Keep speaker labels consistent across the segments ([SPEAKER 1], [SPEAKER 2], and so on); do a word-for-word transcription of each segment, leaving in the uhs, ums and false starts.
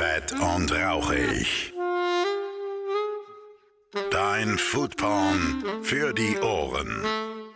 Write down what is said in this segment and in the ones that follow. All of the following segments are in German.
[SPEAKER 1] Fett und rauchig. Dein Foodporn für die Ohren.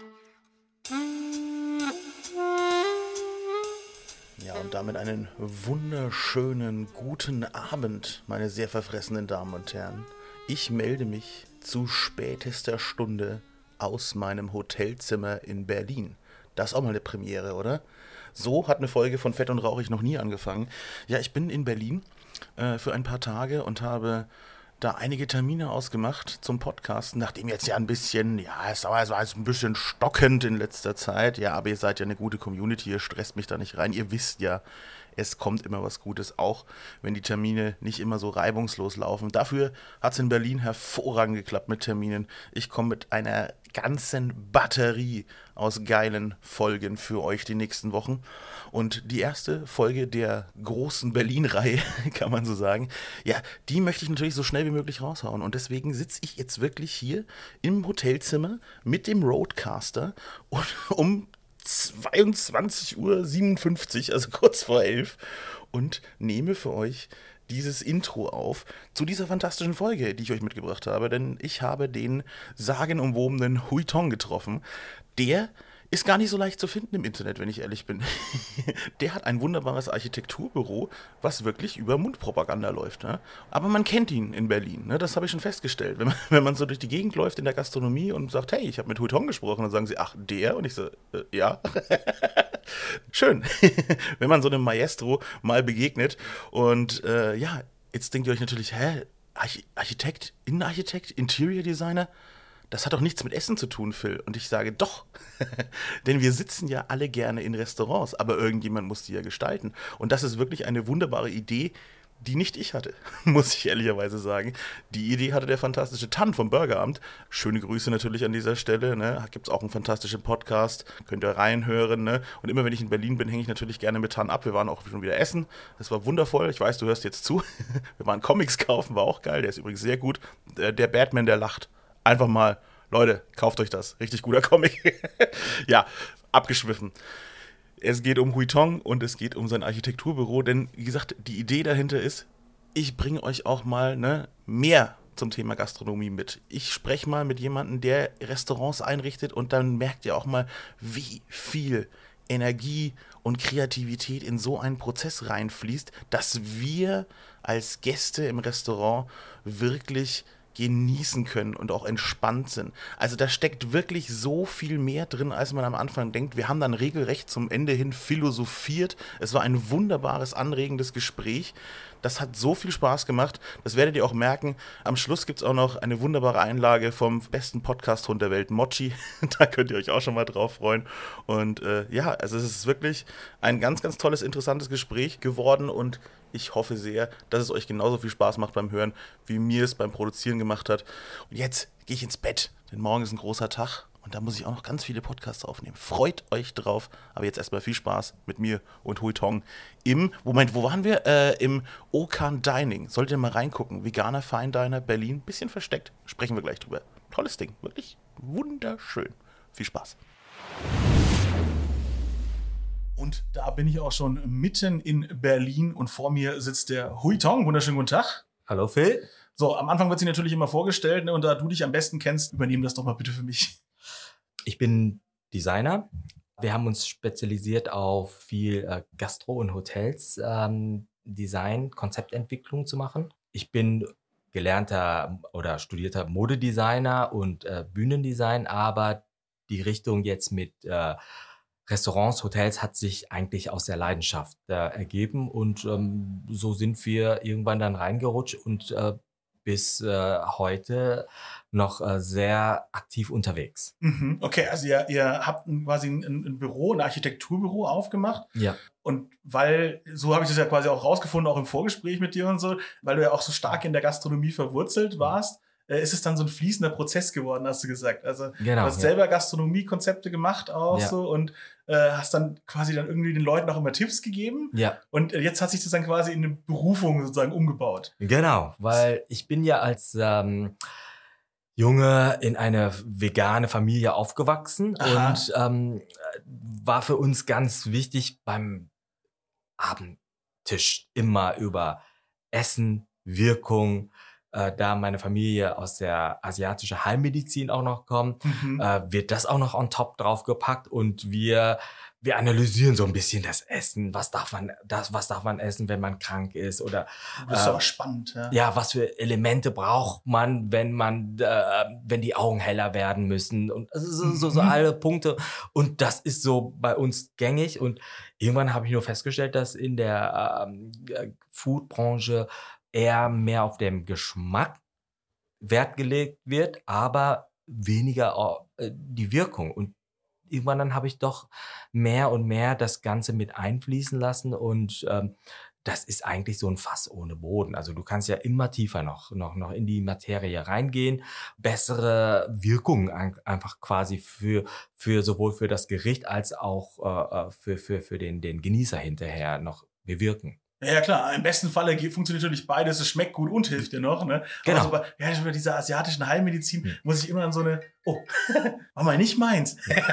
[SPEAKER 2] Ja, und damit einen wunderschönen guten Abend, meine sehr verfressenen Damen und Herren. Ich melde mich zu spätester Stunde aus meinem Hotelzimmer in Berlin. Das ist auch mal eine Premiere, oder? So hat eine Folge von Fett und Rauchig noch nie angefangen. Ja, ich bin in Berlin äh, für ein paar Tage und habe da einige Termine ausgemacht zum Podcasten, nachdem jetzt ja ein bisschen, ja, es war, es war ein bisschen stockend in letzter Zeit. Ja, aber ihr seid ja eine gute Community, ihr stresst mich da nicht rein. Ihr wisst ja, es kommt immer was Gutes, auch wenn die Termine nicht immer so reibungslos laufen. Dafür hat es in Berlin hervorragend geklappt mit Terminen. Ich komme mit einer ganzen Batterie aus geilen Folgen für euch die nächsten Wochen. Und die erste Folge der großen Berlin-Reihe, kann man so sagen, ja, die möchte ich natürlich so schnell wie möglich raushauen. Und deswegen sitze ich jetzt wirklich hier im Hotelzimmer mit dem Roadcaster und um zweiundzwanzig Uhr siebenundfünfzig, also kurz vor elf, und nehme für euch dieses Intro auf zu dieser fantastischen Folge, die ich euch mitgebracht habe, denn ich habe den sagenumwobenen Hui Tong getroffen. Der ist gar nicht so leicht zu finden im Internet, wenn ich ehrlich bin. Der hat ein wunderbares Architekturbüro, was wirklich über Mundpropaganda läuft. Ne? Aber man kennt ihn in Berlin, ne? Das habe ich schon festgestellt. Wenn man, wenn man so durch die Gegend läuft in der Gastronomie und sagt, hey, ich habe mit Hui Tong gesprochen, dann sagen sie, ach, der? Und ich so, äh, ja. Schön, wenn man so einem Maestro mal begegnet. Und äh, ja, jetzt denkt ihr euch natürlich, hä, Arch- Architekt, Innenarchitekt, Interior Designer? Das hat doch nichts mit Essen zu tun, Phil. Und ich sage, doch. Denn wir sitzen ja alle gerne in Restaurants, aber irgendjemand muss die ja gestalten. Und das ist wirklich eine wunderbare Idee, die nicht ich hatte, muss ich ehrlicherweise sagen. Die Idee hatte der fantastische Tan vom Burgeramt. Schöne Grüße natürlich an dieser Stelle. Ne? Gibt es auch einen fantastischen Podcast, könnt ihr reinhören. Ne? Und immer wenn ich in Berlin bin, hänge ich natürlich gerne mit Tan ab. Wir waren auch schon wieder essen. Das war wundervoll. Ich weiß, du hörst jetzt zu. Wir waren Comics kaufen, war auch geil. Der ist übrigens sehr gut. Der Batman, der lacht. Einfach mal, Leute, kauft euch das. Richtig guter Comic. Ja, abgeschwiffen. Es geht um Hui Tong und es geht um sein Architekturbüro, denn wie gesagt, die Idee dahinter ist, ich bringe euch auch mal ne, mehr zum Thema Gastronomie mit. Ich spreche mal mit jemandem, der Restaurants einrichtet und dann merkt ihr auch mal, wie viel Energie und Kreativität in so einen Prozess reinfließt, dass wir als Gäste im Restaurant wirklich genießen können und auch entspannt sind. Also da steckt wirklich so viel mehr drin, als man am Anfang denkt. Wir haben dann regelrecht zum Ende hin philosophiert. Es war ein wunderbares, anregendes Gespräch. Das hat so viel Spaß gemacht. Das werdet ihr auch merken. Am Schluss gibt es auch noch eine wunderbare Einlage vom besten Podcast-Hund der Welt, Mochi. Da könnt ihr euch auch schon mal drauf freuen. Und äh, ja, also es ist wirklich ein ganz, ganz tolles, interessantes Gespräch geworden und ich hoffe sehr, dass es euch genauso viel Spaß macht beim Hören, wie mir es beim Produzieren gemacht hat. Und jetzt gehe ich ins Bett, denn morgen ist ein großer Tag und da muss ich auch noch ganz viele Podcasts aufnehmen. Freut euch drauf, aber jetzt erstmal viel Spaß mit mir und Hui Tong im, Moment, wo waren wir? Äh, im Okan Dining. Solltet ihr mal reingucken. Veganer Fine Diner Berlin, bisschen versteckt. Sprechen wir gleich drüber. Tolles Ding, wirklich wunderschön. Viel Spaß. Und da bin ich auch schon mitten in Berlin und vor mir sitzt der Hui Tong. Wunderschönen guten Tag.
[SPEAKER 3] Hallo Phil.
[SPEAKER 2] So, am Anfang wird sich natürlich immer vorgestellt, ne, und da du dich am besten kennst, übernehmen das doch mal bitte für mich.
[SPEAKER 3] Ich bin Designer. Wir haben uns spezialisiert auf viel äh, Gastro und Hotels, ähm, Design, Konzeptentwicklung zu machen. Ich bin gelernter oder studierter Modedesigner und äh, Bühnendesign, aber die Richtung jetzt mit äh, Restaurants, Hotels hat sich eigentlich aus der Leidenschaft äh, ergeben und ähm, so sind wir irgendwann dann reingerutscht und äh, bis äh, heute noch äh, sehr aktiv unterwegs.
[SPEAKER 2] Mhm. Okay, also ihr, ihr habt ein, quasi ein, ein Büro, ein Architekturbüro aufgemacht.
[SPEAKER 3] Ja.
[SPEAKER 2] Und weil, so habe ich das ja quasi auch rausgefunden, auch im Vorgespräch mit dir und so, weil du ja auch so stark in der Gastronomie verwurzelt warst, äh, ist es dann so ein fließender Prozess geworden, hast du gesagt. Also
[SPEAKER 3] Genau,
[SPEAKER 2] du hast
[SPEAKER 3] ja.
[SPEAKER 2] selber Gastronomiekonzepte gemacht auch
[SPEAKER 3] Ja.
[SPEAKER 2] so und äh, hast dann quasi dann irgendwie den Leuten auch immer Tipps gegeben.
[SPEAKER 3] Ja,
[SPEAKER 2] Und äh, jetzt hat sich das dann quasi in eine Berufung sozusagen umgebaut.
[SPEAKER 3] genau, weil ich bin ja als ähm, Junge in eine vegane Familie aufgewachsen.
[SPEAKER 2] Aha.
[SPEAKER 3] Und ähm, war für uns ganz wichtig beim Abendtisch immer über Essen, Wirkung, äh, da meine Familie aus der asiatischen Heilmedizin auch noch kommt,
[SPEAKER 2] Mhm.
[SPEAKER 3] äh, wird das auch noch on top draufgepackt und wir wir analysieren so ein bisschen das Essen. Was darf man, das, was darf man essen, wenn man krank ist? Oder
[SPEAKER 2] Das ist
[SPEAKER 3] äh,
[SPEAKER 2] aber spannend, ja.
[SPEAKER 3] ja, was für Elemente braucht man, wenn man, äh, wenn die Augen heller werden müssen und also so, so, so
[SPEAKER 2] Mhm.
[SPEAKER 3] alle Punkte. Und das ist so bei uns gängig. Und irgendwann habe ich nur festgestellt, dass in der ähm, äh, Foodbranche eher mehr auf den Geschmack Wert gelegt wird, aber weniger au- äh, die Wirkung. Und irgendwann dann habe ich doch mehr und mehr das Ganze mit einfließen lassen und ähm, das ist eigentlich so ein Fass ohne Boden. Also du kannst ja immer tiefer noch, noch, noch in die Materie reingehen, bessere Wirkungen ein, einfach quasi für, für sowohl für das Gericht als auch äh, äh, für, für, für den, den Genießer hinterher noch bewirken.
[SPEAKER 2] Ja, ja, klar. Im besten Falle ge- funktioniert natürlich beides. Es schmeckt gut und hilft dir noch. Ne?
[SPEAKER 3] Genau.
[SPEAKER 2] Aber so bei, ja, bei dieser asiatischen Heilmedizin
[SPEAKER 3] Hm.
[SPEAKER 2] muss ich immer an so eine... Oh, war mal nicht meins.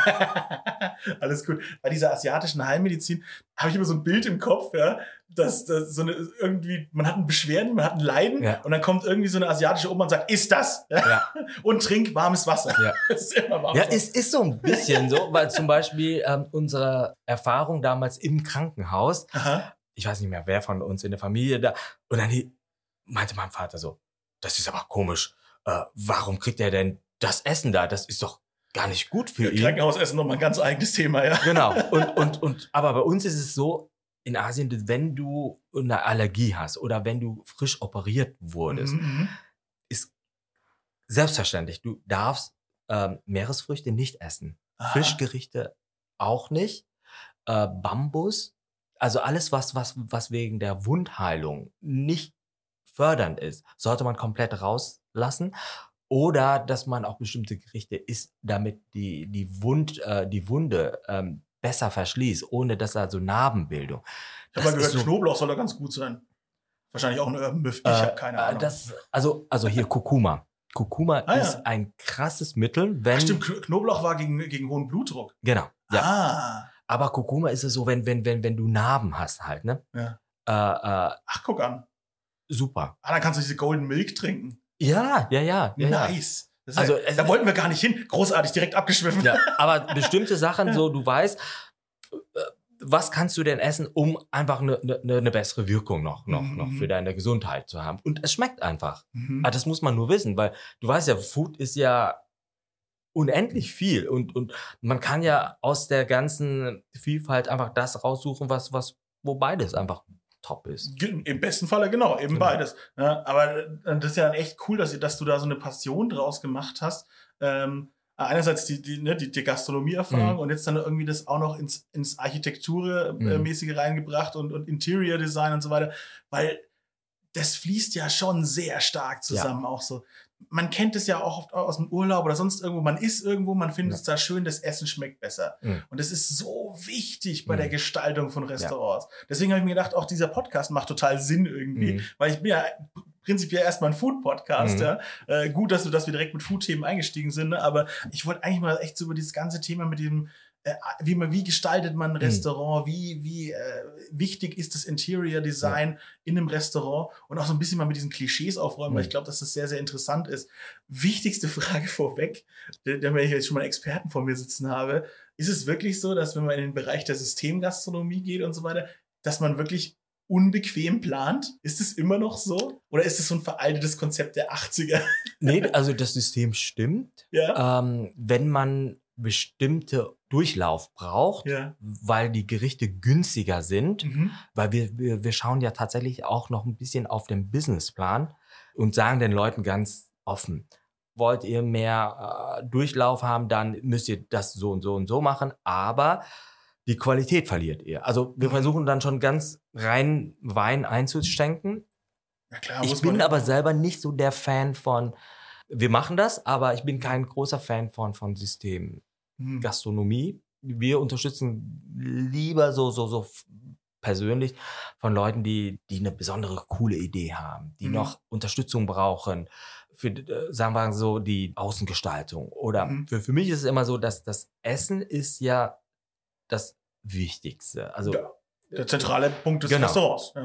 [SPEAKER 2] Alles gut. Bei dieser asiatischen Heilmedizin habe ich immer so ein Bild im Kopf, ja, dass, dass so eine irgendwie, man hat ein Beschwerden, man hat ein Leiden
[SPEAKER 3] Ja.
[SPEAKER 2] und dann kommt irgendwie so eine asiatische Oma und sagt, iss das ja?
[SPEAKER 3] Ja.
[SPEAKER 2] und trink warmes Wasser.
[SPEAKER 3] Ja.
[SPEAKER 2] Das ist immer warmes
[SPEAKER 3] Ja,
[SPEAKER 2] Wasser.
[SPEAKER 3] es ist so ein bisschen so, weil zum Beispiel ähm, unsere Erfahrung damals im Krankenhaus,
[SPEAKER 2] Aha.
[SPEAKER 3] ich weiß nicht mehr, wer von uns in der Familie da, und dann die, meinte mein Vater so, das ist aber komisch, äh, warum kriegt er denn das Essen da? Das ist doch gar nicht gut für ihn.
[SPEAKER 2] Krankenhausessen nochmal ein ganz eigenes Thema, ja.
[SPEAKER 3] Genau. Und, und, und, aber bei uns ist es so, in Asien, wenn du eine Allergie hast oder wenn du frisch operiert wurdest,
[SPEAKER 2] Mhm,
[SPEAKER 3] ist selbstverständlich, du darfst ähm, Meeresfrüchte nicht essen.
[SPEAKER 2] Aha.
[SPEAKER 3] Fischgerichte auch nicht. Äh, Bambus, also alles, was, was, was wegen der Wundheilung nicht fördernd ist, sollte man komplett rauslassen. Oder dass man auch bestimmte Gerichte isst, damit die, die, Wund, äh, die Wunde ähm, besser verschließt, ohne dass da so Narbenbildung.
[SPEAKER 2] Ich habe mal
[SPEAKER 3] Das ist
[SPEAKER 2] gehört,
[SPEAKER 3] so-
[SPEAKER 2] Knoblauch soll da ganz gut sein. Wahrscheinlich auch ein Urban Myth. Ich
[SPEAKER 3] Äh,
[SPEAKER 2] habe keine
[SPEAKER 3] äh,
[SPEAKER 2] Ahnung.
[SPEAKER 3] Das, also, also hier Kurkuma. Kurkuma
[SPEAKER 2] Ah, ja.
[SPEAKER 3] ist ein krasses Mittel, wenn...
[SPEAKER 2] Ach, stimmt, Kn- Knoblauch war gegen, gegen hohen Blutdruck.
[SPEAKER 3] Genau, ja.
[SPEAKER 2] Ah,
[SPEAKER 3] Aber Kurkuma ist es so, wenn, wenn, wenn, wenn du Narben hast halt, ne?
[SPEAKER 2] ja.
[SPEAKER 3] Äh, äh,
[SPEAKER 2] Ach, guck an.
[SPEAKER 3] super.
[SPEAKER 2] Ah, dann kannst du diese Golden Milk trinken.
[SPEAKER 3] Ja, ja, ja. ja, ja.
[SPEAKER 2] Nice. Das ist
[SPEAKER 3] Also,
[SPEAKER 2] ja,
[SPEAKER 3] es-
[SPEAKER 2] da wollten wir gar nicht hin. Großartig, direkt abgeschwiffen.
[SPEAKER 3] Ja, aber bestimmte Sachen, so du weißt, äh, was kannst du denn essen, um einfach eine, eine, eine bessere Wirkung noch, noch,
[SPEAKER 2] Mhm.
[SPEAKER 3] noch für deine Gesundheit zu haben. Und es schmeckt einfach.
[SPEAKER 2] Mhm.
[SPEAKER 3] Aber das muss man nur wissen, weil du weißt ja, Food ist ja unendlich viel und, und man kann ja aus der ganzen Vielfalt einfach das raussuchen, was, was, wo beides einfach top ist.
[SPEAKER 2] Ge- Im besten Falle, genau, eben
[SPEAKER 3] Genau.
[SPEAKER 2] beides. Ja, aber äh, das ist ja dann echt cool, dass, ihr- dass du da so eine Passion draus gemacht hast. Ähm, einerseits die, die, ne, die, die Gastronomieerfahrung
[SPEAKER 3] Mhm.
[SPEAKER 2] und jetzt dann irgendwie das auch noch ins, ins Architekturmäßige
[SPEAKER 3] Mhm.
[SPEAKER 2] reingebracht und, und Interior Design und so weiter, weil das fließt ja schon sehr stark zusammen, auch so. Man kennt es ja auch oft aus dem Urlaub oder sonst irgendwo. Man isst irgendwo, man findet
[SPEAKER 3] Ja.
[SPEAKER 2] es da schön, das Essen schmeckt besser.
[SPEAKER 3] Mhm.
[SPEAKER 2] Und das ist so wichtig bei
[SPEAKER 3] Mhm.
[SPEAKER 2] der Gestaltung von Restaurants. Deswegen habe ich mir gedacht, auch dieser Podcast macht total Sinn irgendwie,
[SPEAKER 3] Mhm.
[SPEAKER 2] weil ich bin ja prinzipiell erstmal ein Food-Podcast.
[SPEAKER 3] Mhm.
[SPEAKER 2] Ja. Äh, gut, dass, du, dass wir direkt mit Food-Themen eingestiegen sind, ne? Aber ich wollte eigentlich mal echt so über dieses ganze Thema mit dem, äh, wie, man, wie gestaltet man ein
[SPEAKER 3] Mhm.
[SPEAKER 2] Restaurant, wie, wie äh, wichtig ist das Interior Design in einem Restaurant und auch so ein bisschen mal mit diesen Klischees aufräumen, weil
[SPEAKER 3] Mhm.
[SPEAKER 2] ich glaube, dass das sehr, sehr interessant ist. Wichtigste Frage vorweg, denn wenn ich jetzt schon mal einen Experten vor mir sitzen habe, ist es wirklich so, dass wenn man in den Bereich der Systemgastronomie geht und so weiter, dass man wirklich unbequem plant? Ist es immer noch so? Oder ist es so ein veraltetes Konzept der achtziger?
[SPEAKER 3] Nee, also das System stimmt.
[SPEAKER 2] Ja.
[SPEAKER 3] Ähm, wenn man bestimmte Durchlauf braucht,
[SPEAKER 2] Ja.
[SPEAKER 3] weil die Gerichte günstiger sind,
[SPEAKER 2] Mhm.
[SPEAKER 3] weil wir, wir, wir schauen ja tatsächlich auch noch ein bisschen auf den Businessplan und sagen den Leuten ganz offen, wollt ihr mehr äh, Durchlauf haben, dann müsst ihr das so und so und so machen, aber die Qualität verliert ihr. Also wir
[SPEAKER 2] Mhm.
[SPEAKER 3] versuchen dann schon ganz rein Wein einzuschenken.
[SPEAKER 2] Ja, klar,
[SPEAKER 3] Ich
[SPEAKER 2] muss
[SPEAKER 3] bin
[SPEAKER 2] man
[SPEAKER 3] aber selber nicht so der Fan von, wir machen das, aber ich bin kein großer Fan von, von System.
[SPEAKER 2] Mhm.
[SPEAKER 3] Gastronomie. Wir unterstützen lieber so, so, so f- persönlich von Leuten, die, die eine besondere, coole Idee haben, die
[SPEAKER 2] Mhm.
[SPEAKER 3] noch Unterstützung brauchen für, äh, sagen wir so, die Außengestaltung. Oder
[SPEAKER 2] Mhm.
[SPEAKER 3] für, für mich ist es immer so, dass das Essen ist ja das Wichtigste. Also,
[SPEAKER 2] Ja. Der zentrale Punkt des
[SPEAKER 3] Genau.
[SPEAKER 2] Restaurants. Ja.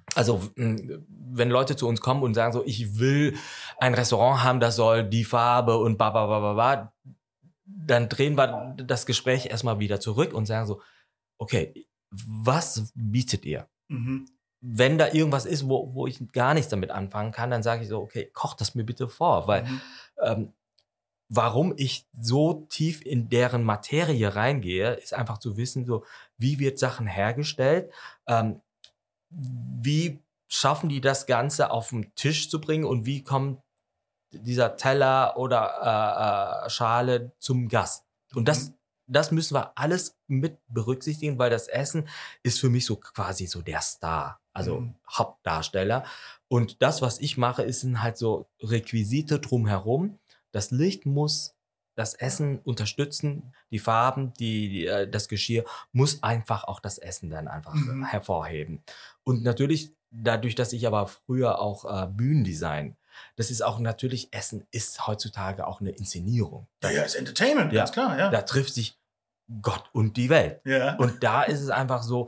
[SPEAKER 3] Also wenn Leute zu uns kommen und sagen so, ich will ein Restaurant haben, das soll die Farbe und ba, ba, ba, ba, ba, dann drehen wir das Gespräch erstmal wieder zurück und sagen so, okay, was bietet ihr?
[SPEAKER 2] Mhm.
[SPEAKER 3] Wenn da irgendwas ist, wo, wo ich gar nichts damit anfangen kann, dann sage ich so, okay, koch das mir bitte vor, weil
[SPEAKER 2] Mhm.
[SPEAKER 3] ähm, warum ich so tief in deren Materie reingehe, ist einfach zu wissen, so wie wird Sachen hergestellt, ähm, wie schaffen die das Ganze auf den Tisch zu bringen und wie kommt dieser Teller oder äh, äh, Schale zum Gast. Und das,
[SPEAKER 2] Mhm.
[SPEAKER 3] das müssen wir alles mit berücksichtigen, weil das Essen ist für mich so quasi so der Star, also
[SPEAKER 2] Mhm.
[SPEAKER 3] Hauptdarsteller. Und das, was ich mache, ist sind halt so Requisite drumherum. Das Licht muss das Essen unterstützen, die Farben, die, die äh, das Geschirr muss einfach auch das Essen dann einfach
[SPEAKER 2] Mhm.
[SPEAKER 3] hervorheben. Und natürlich, dadurch, dass ich aber früher auch äh, Bühnendesign, das ist auch natürlich, Essen ist heutzutage auch eine Inszenierung.
[SPEAKER 2] Ja, ja, ist Entertainment,
[SPEAKER 3] Ja.
[SPEAKER 2] ganz klar, ja.
[SPEAKER 3] Da trifft sich Gott und die Welt.
[SPEAKER 2] Ja.
[SPEAKER 3] Und da ist es einfach so,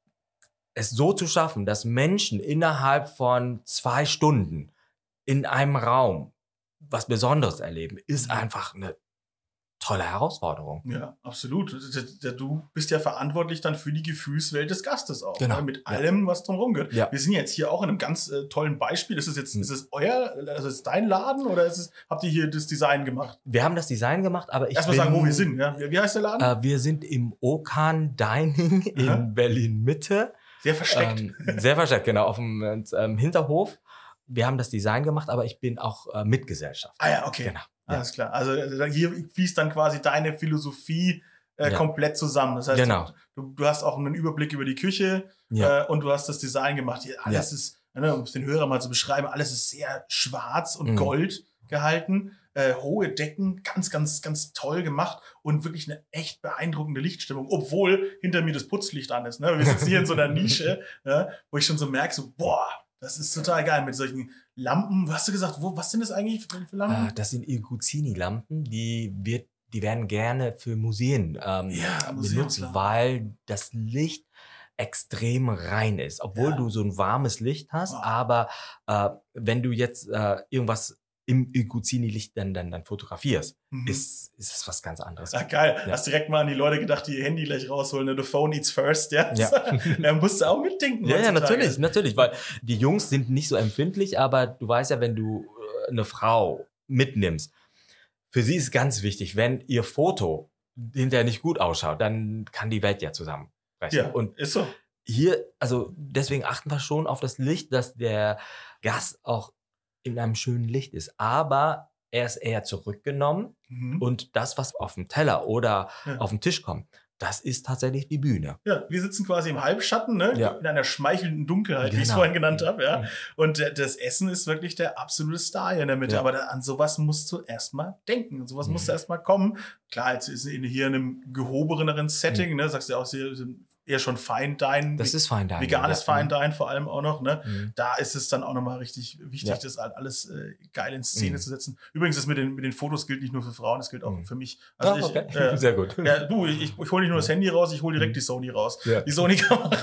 [SPEAKER 3] es so zu schaffen, dass Menschen innerhalb von zwei Stunden in einem Raum was Besonderes erleben, ist
[SPEAKER 2] Mhm.
[SPEAKER 3] einfach eine tolle Herausforderung.
[SPEAKER 2] Ja, absolut. Du bist ja verantwortlich dann für die Gefühlswelt des Gastes auch.
[SPEAKER 3] Genau.
[SPEAKER 2] Ne? Mit
[SPEAKER 3] Ja.
[SPEAKER 2] allem, was drumherum gehört.
[SPEAKER 3] Ja.
[SPEAKER 2] Wir sind jetzt hier auch in einem ganz äh, tollen Beispiel. Ist es jetzt,
[SPEAKER 3] Hm.
[SPEAKER 2] ist es euer, also ist es dein Laden oder ist es, habt ihr hier das Design gemacht?
[SPEAKER 3] Wir haben das Design gemacht, aber ich
[SPEAKER 2] Erstmal
[SPEAKER 3] bin,
[SPEAKER 2] sagen, wo wir sind. Ja? Wie, wie heißt der Laden?
[SPEAKER 3] Äh, wir sind im Okan Dining in
[SPEAKER 2] Aha.
[SPEAKER 3] Berlin-Mitte.
[SPEAKER 2] Sehr versteckt.
[SPEAKER 3] Ähm, sehr versteckt, genau, auf dem ähm, Hinterhof. Wir haben das Design gemacht, aber ich bin auch äh, Mitgesellschaft.
[SPEAKER 2] Ah ja, okay.
[SPEAKER 3] Genau. Ja.
[SPEAKER 2] Alles klar. Also äh, hier fließt dann quasi deine Philosophie äh,
[SPEAKER 3] Ja.
[SPEAKER 2] komplett zusammen. Das heißt,
[SPEAKER 3] Genau.
[SPEAKER 2] du, du hast auch einen Überblick über die Küche
[SPEAKER 3] Ja.
[SPEAKER 2] äh, und du hast das Design gemacht. Hier, alles
[SPEAKER 3] Ja.
[SPEAKER 2] ist, ne, um es den Hörer mal zu beschreiben, alles ist sehr schwarz und
[SPEAKER 3] Mhm.
[SPEAKER 2] gold gehalten. Äh, hohe Decken, ganz, ganz, ganz toll gemacht und wirklich eine echt beeindruckende Lichtstimmung, obwohl hinter mir das Putzlicht an ist. Ne? Wir sitzen hier in so einer Nische, ja, wo ich schon so merke, so, boah, das ist total geil mit solchen Lampen. Was hast du gesagt, wo, was sind das eigentlich für, für Lampen?
[SPEAKER 3] Äh, das sind Iguzini-Lampen, die, wird, die werden gerne für Museen ähm,
[SPEAKER 2] Ja,
[SPEAKER 3] benutzt,
[SPEAKER 2] Museumslampen.
[SPEAKER 3] weil das Licht extrem rein ist. Obwohl
[SPEAKER 2] Ja.
[SPEAKER 3] du so ein warmes Licht hast,
[SPEAKER 2] Wow.
[SPEAKER 3] aber äh, wenn du jetzt äh, irgendwas im Iguzini-Licht dann, dann, dann fotografierst,
[SPEAKER 2] Mhm.
[SPEAKER 3] ist, ist es was ganz anderes.
[SPEAKER 2] Ach, geil.
[SPEAKER 3] Ja.
[SPEAKER 2] Hast direkt mal an die Leute gedacht, die ihr Handy gleich rausholen. Ne? The phone eats first, ja.
[SPEAKER 3] Ja.
[SPEAKER 2] Da musst du auch mitdenken.
[SPEAKER 3] Ja, ja,
[SPEAKER 2] heutzutage.
[SPEAKER 3] natürlich, natürlich, weil die Jungs sind nicht so empfindlich, aber du weißt ja, wenn du äh, eine Frau mitnimmst, für sie ist ganz wichtig, wenn ihr Foto hinterher nicht gut ausschaut, dann kann die Welt ja zusammenbrechen.
[SPEAKER 2] Ja,
[SPEAKER 3] Und
[SPEAKER 2] ist so.
[SPEAKER 3] hier, also deswegen achten wir schon auf das Licht, dass der Gast auch in einem schönen Licht ist. Aber er ist eher zurückgenommen
[SPEAKER 2] Mhm.
[SPEAKER 3] und das, was auf dem Teller oder
[SPEAKER 2] Ja.
[SPEAKER 3] auf den Tisch kommt, das ist tatsächlich die Bühne.
[SPEAKER 2] Ja, wir sitzen quasi im Halbschatten, ne?
[SPEAKER 3] Ja.
[SPEAKER 2] In einer schmeichelnden Dunkelheit, wie ich es
[SPEAKER 3] Genau.
[SPEAKER 2] vorhin genannt habe. Ja?
[SPEAKER 3] Mhm.
[SPEAKER 2] Und äh, das Essen ist wirklich der absolute Star hier in der Mitte.
[SPEAKER 3] Ja.
[SPEAKER 2] Aber da, an sowas musst du erstmal denken. An sowas
[SPEAKER 3] Mhm.
[SPEAKER 2] musst du erstmal kommen. Klar, jetzt ist in, hier in einem gehobeneren Setting, ne? Sagst du ja auch, sie sind eher schon Fine Dine.
[SPEAKER 3] Das ist Fine Dining.
[SPEAKER 2] Veganes
[SPEAKER 3] ja.
[SPEAKER 2] Fine Dine vor allem auch noch, ne?
[SPEAKER 3] Mhm.
[SPEAKER 2] Da ist es dann auch nochmal richtig wichtig,
[SPEAKER 3] Ja.
[SPEAKER 2] das halt alles äh, geil in Szene
[SPEAKER 3] Mhm.
[SPEAKER 2] zu setzen. Übrigens, das mit den, mit den Fotos gilt nicht nur für Frauen, das gilt auch
[SPEAKER 3] Mhm.
[SPEAKER 2] für mich.
[SPEAKER 3] Ah,
[SPEAKER 2] Also
[SPEAKER 3] okay.
[SPEAKER 2] ich, äh,
[SPEAKER 3] Sehr gut.
[SPEAKER 2] ja, du, ich, ich hole nicht nur das Handy raus, ich hole direkt
[SPEAKER 3] Mhm.
[SPEAKER 2] die Sony raus.
[SPEAKER 3] Ja.
[SPEAKER 2] Die Sony-Kamera,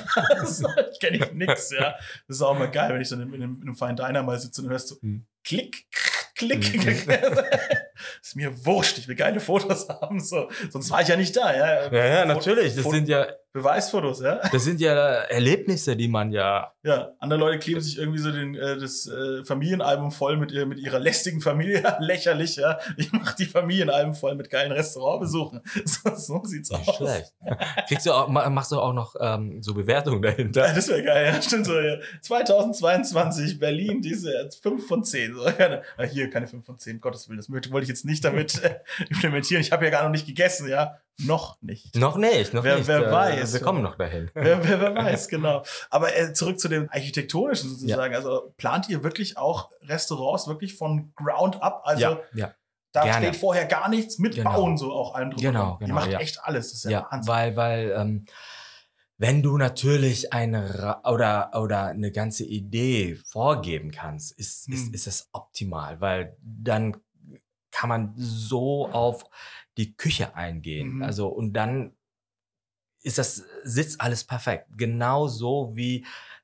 [SPEAKER 2] ich kenne ich nix, ja. Das ist auch mal geil, wenn ich dann in einem, in einem Fine Diner mal sitze und hörst so
[SPEAKER 3] Mhm.
[SPEAKER 2] Klick, Klick.
[SPEAKER 3] Mhm.
[SPEAKER 2] Ist mir wurscht, ich will geile Fotos haben, so. Sonst war ich ja nicht da, ja.
[SPEAKER 3] Ja, ja,
[SPEAKER 2] Fo-
[SPEAKER 3] natürlich. Das
[SPEAKER 2] Fo-
[SPEAKER 3] sind ja,
[SPEAKER 2] Beweisfotos, ja.
[SPEAKER 3] das sind ja Erlebnisse, die man ja.
[SPEAKER 2] Ja, andere Leute kleben sich irgendwie so den, äh, das äh, Familienalbum voll mit, ihr, mit ihrer lästigen Familie. Lächerlich, ja. Ich mache die Familienalben voll mit geilen Restaurantbesuchen. So, so sieht's
[SPEAKER 3] Nicht
[SPEAKER 2] aus.
[SPEAKER 3] schlecht. Kriegst du auch, ma- machst du auch noch ähm, so Bewertungen dahinter?
[SPEAKER 2] Ja, das wäre geil, ja, stimmt so. Ja. zweitausendzweiundzwanzig, Berlin, diese fünf von zehn. So, ja, ah, hier keine fünf von zehn, um Gottes Willen. Das möchte- wollte ich jetzt nicht damit äh, implementieren. Ich habe ja gar noch nicht gegessen, ja. Noch nicht.
[SPEAKER 3] Noch nicht, noch
[SPEAKER 2] Wer-
[SPEAKER 3] nicht.
[SPEAKER 2] wer
[SPEAKER 3] Äh,
[SPEAKER 2] weiß.
[SPEAKER 3] Wir kommen noch dahin.
[SPEAKER 2] Wer, wer, wer weiß, genau. Aber äh, zurück zu dem Architektonischen sozusagen. Also plant ihr wirklich auch Restaurants wirklich von Ground up? Also
[SPEAKER 3] ja, ja.
[SPEAKER 2] da
[SPEAKER 3] gerne.
[SPEAKER 2] steht vorher gar nichts, mit
[SPEAKER 3] Genau.
[SPEAKER 2] Bauen so auch allem drum.
[SPEAKER 3] Genau,
[SPEAKER 2] und dran. Ihr
[SPEAKER 3] genau,
[SPEAKER 2] macht
[SPEAKER 3] ja.
[SPEAKER 2] echt alles. Das ist ja,
[SPEAKER 3] Ja,
[SPEAKER 2] Wahnsinn.
[SPEAKER 3] weil, weil ähm, wenn du natürlich eine Ra- oder, oder eine ganze Idee vorgeben kannst, ist,
[SPEAKER 2] Hm.
[SPEAKER 3] ist, ist es optimal, weil dann kann man so auf die Küche eingehen.
[SPEAKER 2] Mhm.
[SPEAKER 3] Also und dann ist das, sitzt alles perfekt. Genauso wie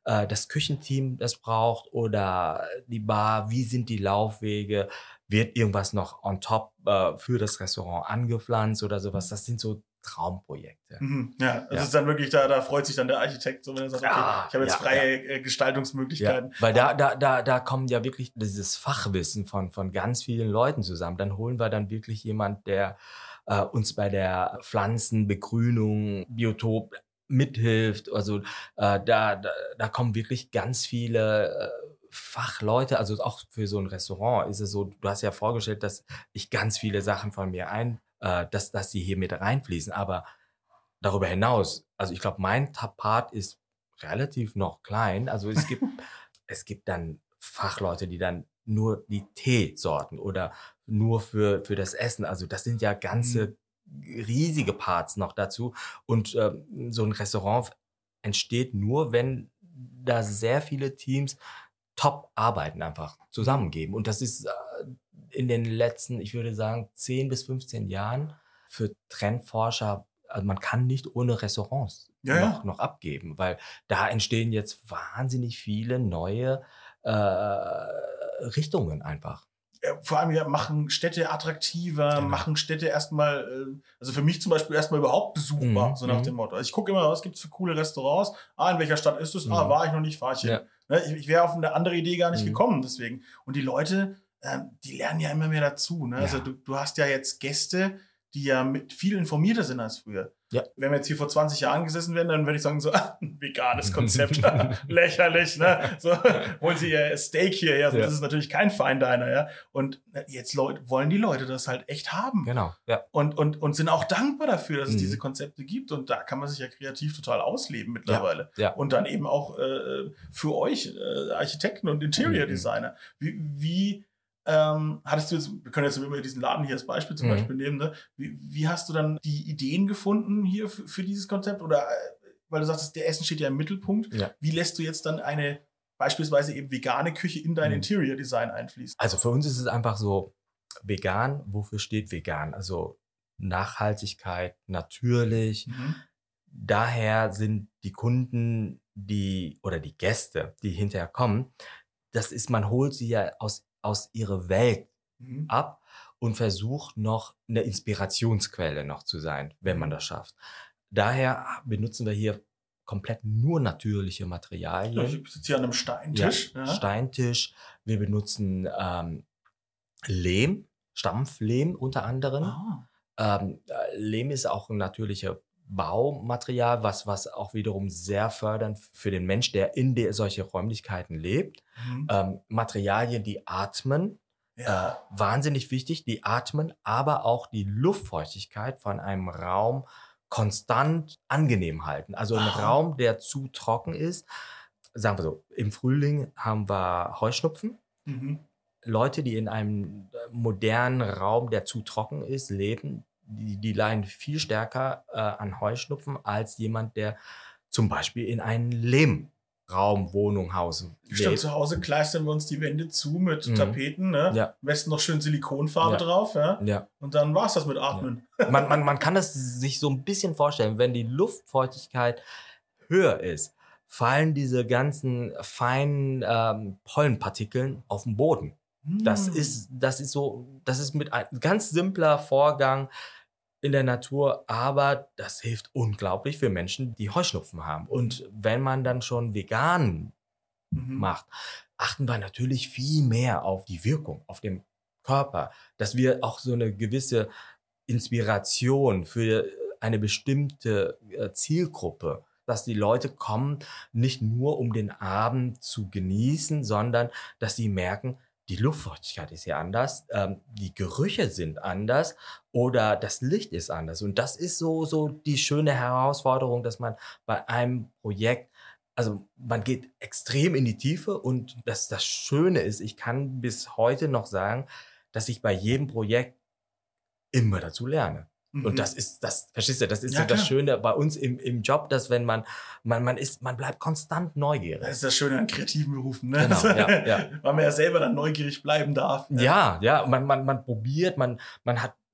[SPEAKER 3] äh, das Küchenteam das braucht oder die Bar, wie sind die Laufwege, wird irgendwas noch on top äh, für das Restaurant angepflanzt oder sowas. Das sind so Traumprojekte.
[SPEAKER 2] Mhm, ja, das
[SPEAKER 3] Ja.
[SPEAKER 2] ist dann wirklich, da, da freut sich dann der Architekt, so wenn er sagt, okay,
[SPEAKER 3] Ah,
[SPEAKER 2] ich habe jetzt
[SPEAKER 3] ja,
[SPEAKER 2] freie ja. Gestaltungsmöglichkeiten.
[SPEAKER 3] Ja, weil da, da, da, da kommen ja wirklich dieses Fachwissen von, von ganz vielen Leuten zusammen. Dann holen wir dann wirklich jemand, der äh, uns bei der Pflanzenbegrünung, Biotop mithilft. Also äh, da, da, da kommen wirklich ganz viele äh, Fachleute. Also auch für so ein Restaurant ist es so, du hast ja vorgestellt, dass ich ganz viele Sachen von mir ein, äh, dass, dass die hier mit reinfließen. Aber darüber hinaus, also ich glaube, mein Part ist relativ noch klein. Also es gibt, es gibt dann Fachleute, die dann nur die Teesorten oder nur für, für das Essen. Also das sind ja ganze riesige Parts noch dazu. Und ähm, so ein Restaurant entsteht nur, wenn da sehr viele Teams top arbeiten einfach zusammengeben. Und das ist äh, in den letzten, ich würde sagen, zehn bis fünfzehn Jahren für Trendforscher, also man kann nicht ohne Restaurants
[SPEAKER 2] Ja,
[SPEAKER 3] noch,
[SPEAKER 2] ja.
[SPEAKER 3] noch abgeben, weil da entstehen jetzt wahnsinnig viele neue äh, Richtungen einfach.
[SPEAKER 2] Ja, vor allem ja, machen Städte attraktiver,
[SPEAKER 3] Genau.
[SPEAKER 2] machen Städte erstmal, äh, also für mich zum Beispiel erstmal überhaupt besuchbar,
[SPEAKER 3] Mhm,
[SPEAKER 2] so nach
[SPEAKER 3] mhm.
[SPEAKER 2] dem Motto. Also ich gucke immer, was gibt es für coole Restaurants, ah, in welcher Stadt ist es, ah,
[SPEAKER 3] Mhm.
[SPEAKER 2] war ich noch nicht, fahr ich hin.
[SPEAKER 3] Ja.
[SPEAKER 2] Ne, ich ich wäre auf eine andere Idee gar nicht
[SPEAKER 3] Mhm.
[SPEAKER 2] gekommen, deswegen. Und die Leute, ähm, die lernen ja immer mehr dazu. Ne? Also
[SPEAKER 3] Ja.
[SPEAKER 2] du, du hast ja jetzt Gäste, die ja mit viel informierter sind als früher.
[SPEAKER 3] Ja.
[SPEAKER 2] Wenn wir jetzt hier vor zwanzig Jahren gesessen wären, dann würde ich sagen, so ah, ein veganes Konzept, lächerlich, ne? So, holen Sie Ihr Steak hierher, so,
[SPEAKER 3] Ja.
[SPEAKER 2] das ist natürlich kein Fine Diner, ja. Und jetzt Leute, wollen die Leute das halt echt haben.
[SPEAKER 3] Genau, ja.
[SPEAKER 2] Und, und, und sind auch dankbar dafür, dass es
[SPEAKER 3] Mhm.
[SPEAKER 2] diese Konzepte gibt. Und da kann man sich ja kreativ total ausleben mittlerweile.
[SPEAKER 3] Ja.
[SPEAKER 2] Und dann eben auch äh, für euch, äh, Architekten und Interior
[SPEAKER 3] Mhm.
[SPEAKER 2] Designer. Wie, wie ähm, hattest du jetzt, wir können jetzt immer diesen Laden hier als Beispiel zum
[SPEAKER 3] Mhm.
[SPEAKER 2] Beispiel nehmen, ne? Wie, wie hast du dann die Ideen gefunden hier für, für dieses Konzept? Oder, äh, weil du sagst, der Essen steht ja im Mittelpunkt.
[SPEAKER 3] Ja.
[SPEAKER 2] Wie lässt du jetzt dann eine beispielsweise eben vegane Küche in dein
[SPEAKER 3] Mhm.
[SPEAKER 2] Interior Design einfließen?
[SPEAKER 3] Also für uns ist es einfach so, vegan, wofür steht vegan? Also Nachhaltigkeit, natürlich.
[SPEAKER 2] Mhm.
[SPEAKER 3] Daher sind die Kunden, die oder die Gäste, die hinterher kommen, das ist, man holt sie ja aus, aus ihrer Welt
[SPEAKER 2] Mhm.
[SPEAKER 3] ab und versucht noch eine Inspirationsquelle noch zu sein, wenn man
[SPEAKER 2] Mhm.
[SPEAKER 3] das schafft. Daher benutzen wir hier komplett nur natürliche
[SPEAKER 2] Ja,
[SPEAKER 3] Materialien.
[SPEAKER 2] ich sitze hier an einem Steintisch.
[SPEAKER 3] Ja,
[SPEAKER 2] Ja.
[SPEAKER 3] Steintisch. Wir benutzen ähm, Lehm, Stampflehm unter anderem.
[SPEAKER 2] Ah.
[SPEAKER 3] Ähm, äh, Lehm ist auch ein natürlicher Baumaterial, was, was auch wiederum sehr fördernd für den Mensch, der in der, solche Räumlichkeiten lebt.
[SPEAKER 2] Mhm.
[SPEAKER 3] Ähm, Materialien, die atmen,
[SPEAKER 2] Ja.
[SPEAKER 3] äh, wahnsinnig wichtig, die atmen, aber auch die Luftfeuchtigkeit von einem Raum konstant angenehm halten. Also ein
[SPEAKER 2] Ah.
[SPEAKER 3] Raum, der zu trocken ist. Sagen wir so, im Frühling haben wir Heuschnupfen.
[SPEAKER 2] Mhm.
[SPEAKER 3] Leute, die in einem äh, modernen Raum, der zu trocken ist, leben, die, die leiden viel stärker äh, an Heuschnupfen als jemand, der zum Beispiel in einem Lehmraum, Wohnung, Haus
[SPEAKER 2] Stimmt,
[SPEAKER 3] lebt.
[SPEAKER 2] zu Hause kleistern wir uns die Wände zu mit
[SPEAKER 3] Mhm.
[SPEAKER 2] Tapeten, ne?
[SPEAKER 3] Ja.
[SPEAKER 2] Am besten noch schön Silikonfarbe
[SPEAKER 3] Ja.
[SPEAKER 2] drauf, ja?
[SPEAKER 3] Ja.
[SPEAKER 2] Und dann war's das mit Atmen.
[SPEAKER 3] Man, man, man kann es sich so ein bisschen vorstellen, wenn die Luftfeuchtigkeit höher ist, fallen diese ganzen feinen ähm, Pollenpartikeln auf den Boden. Das
[SPEAKER 2] Hm.
[SPEAKER 3] ist, das ist so, das ist mit ein ganz simpler Vorgang in der Natur, aber das hilft unglaublich für Menschen, die Heuschnupfen haben. Und wenn man dann schon vegan
[SPEAKER 2] Mhm.
[SPEAKER 3] macht, achten wir natürlich viel mehr auf die Wirkung, auf den Körper, dass wir auch so eine gewisse Inspiration für eine bestimmte äh, Zielgruppe, dass die Leute kommen, nicht nur um den Abend zu genießen, sondern dass sie merken, die Luftfeuchtigkeit ist hier anders, ähm, die Gerüche sind anders oder das Licht ist anders. Und das ist so, so die schöne Herausforderung, dass man bei einem Projekt, also man geht extrem in die Tiefe und das, das Schöne ist, ich kann bis heute noch sagen, dass ich bei jedem Projekt immer dazu lerne.
[SPEAKER 2] Mhm.
[SPEAKER 3] Und das ist, das, verstehst du, das ist
[SPEAKER 2] Ja,
[SPEAKER 3] so das
[SPEAKER 2] klar.
[SPEAKER 3] Schöne bei uns im, im Job, dass wenn man, man, man ist, man bleibt konstant neugierig.
[SPEAKER 2] Das ist das Schöne an kreativen Berufen, ne?
[SPEAKER 3] Genau, ja, ja.
[SPEAKER 2] Weil man ja selber dann neugierig bleiben darf.
[SPEAKER 3] Ja, ja, man, man, man probiert, man, man hat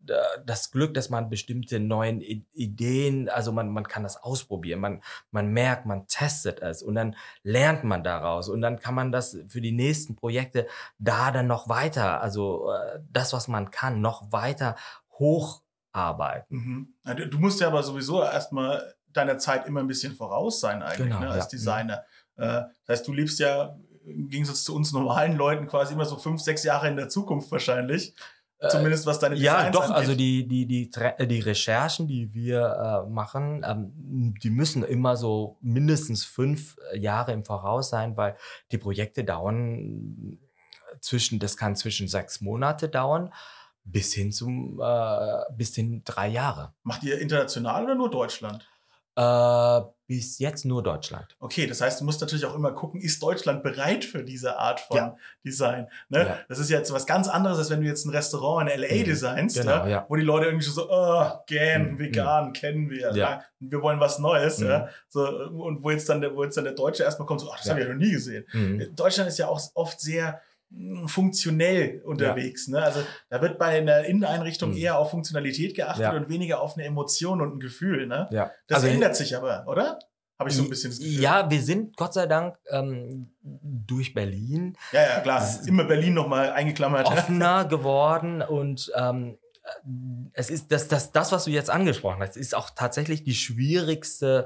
[SPEAKER 3] äh, das Glück, dass man bestimmte neuen I- Ideen, also man, man kann das ausprobieren, man, man merkt, man testet es und dann lernt man daraus und dann kann man das für die nächsten Projekte da dann noch weiter, also äh, das, was man kann, noch weiter hocharbeiten.
[SPEAKER 2] Mhm. Ja, Du du musst ja aber sowieso erstmal deiner Zeit immer ein bisschen voraus sein eigentlich,
[SPEAKER 3] Genau,
[SPEAKER 2] ne, als
[SPEAKER 3] ja.
[SPEAKER 2] Designer. Äh, das heißt, du lebst ja im Gegensatz zu uns normalen Leuten quasi immer so fünf, sechs Jahre in der Zukunft wahrscheinlich. Zumindest was deine
[SPEAKER 3] Ja,
[SPEAKER 2] Designs
[SPEAKER 3] doch,
[SPEAKER 2] angeht.
[SPEAKER 3] also die, die, die, Tre- äh, die Recherchen, die wir äh, machen, ähm, die müssen immer so mindestens fünf äh, Jahre im Voraus sein, weil die Projekte dauern zwischen, das kann zwischen sechs Monate dauern, bis hin zum, äh, bis hin drei Jahre.
[SPEAKER 2] Macht ihr international oder nur Deutschland?
[SPEAKER 3] Äh, bis jetzt nur Deutschland.
[SPEAKER 2] Okay, das heißt, du musst natürlich auch immer gucken, ist Deutschland bereit für diese Art von
[SPEAKER 3] Ja.
[SPEAKER 2] Design? Ne?
[SPEAKER 3] Ja.
[SPEAKER 2] Das ist jetzt was ganz anderes, als wenn du jetzt ein Restaurant in L A
[SPEAKER 3] Mhm.
[SPEAKER 2] designst,
[SPEAKER 3] Genau,
[SPEAKER 2] ja,
[SPEAKER 3] ja.
[SPEAKER 2] wo die Leute irgendwie schon so, oh, gern,
[SPEAKER 3] Mhm.
[SPEAKER 2] vegan, kennen wir,
[SPEAKER 3] Ja.
[SPEAKER 2] wir wollen was Neues.
[SPEAKER 3] Mhm.
[SPEAKER 2] Ja? So, und wo jetzt, dann der, wo jetzt dann der Deutsche erstmal kommt, so, ach, das
[SPEAKER 3] Ja.
[SPEAKER 2] habe ich ja noch nie gesehen.
[SPEAKER 3] Mhm.
[SPEAKER 2] Deutschland ist ja auch oft sehr mh, funktionell unterwegs. Ne? Also da wird bei einer Inneneinrichtung
[SPEAKER 3] Mhm.
[SPEAKER 2] eher auf Funktionalität geachtet
[SPEAKER 3] Ja.
[SPEAKER 2] und weniger auf eine Emotion und ein Gefühl. Ne?
[SPEAKER 3] Ja.
[SPEAKER 2] Das
[SPEAKER 3] Also-
[SPEAKER 2] ändert sich aber, oder? Habe ich so ein bisschen das Gefühl.
[SPEAKER 3] Ja, wir sind Gott sei Dank ähm, durch Berlin
[SPEAKER 2] Ja, ja, klar. Immer Berlin nochmal eingeklammert.
[SPEAKER 3] offener geworden und ähm, es ist das, das, das, was du jetzt angesprochen hast, ist auch tatsächlich die schwierigste.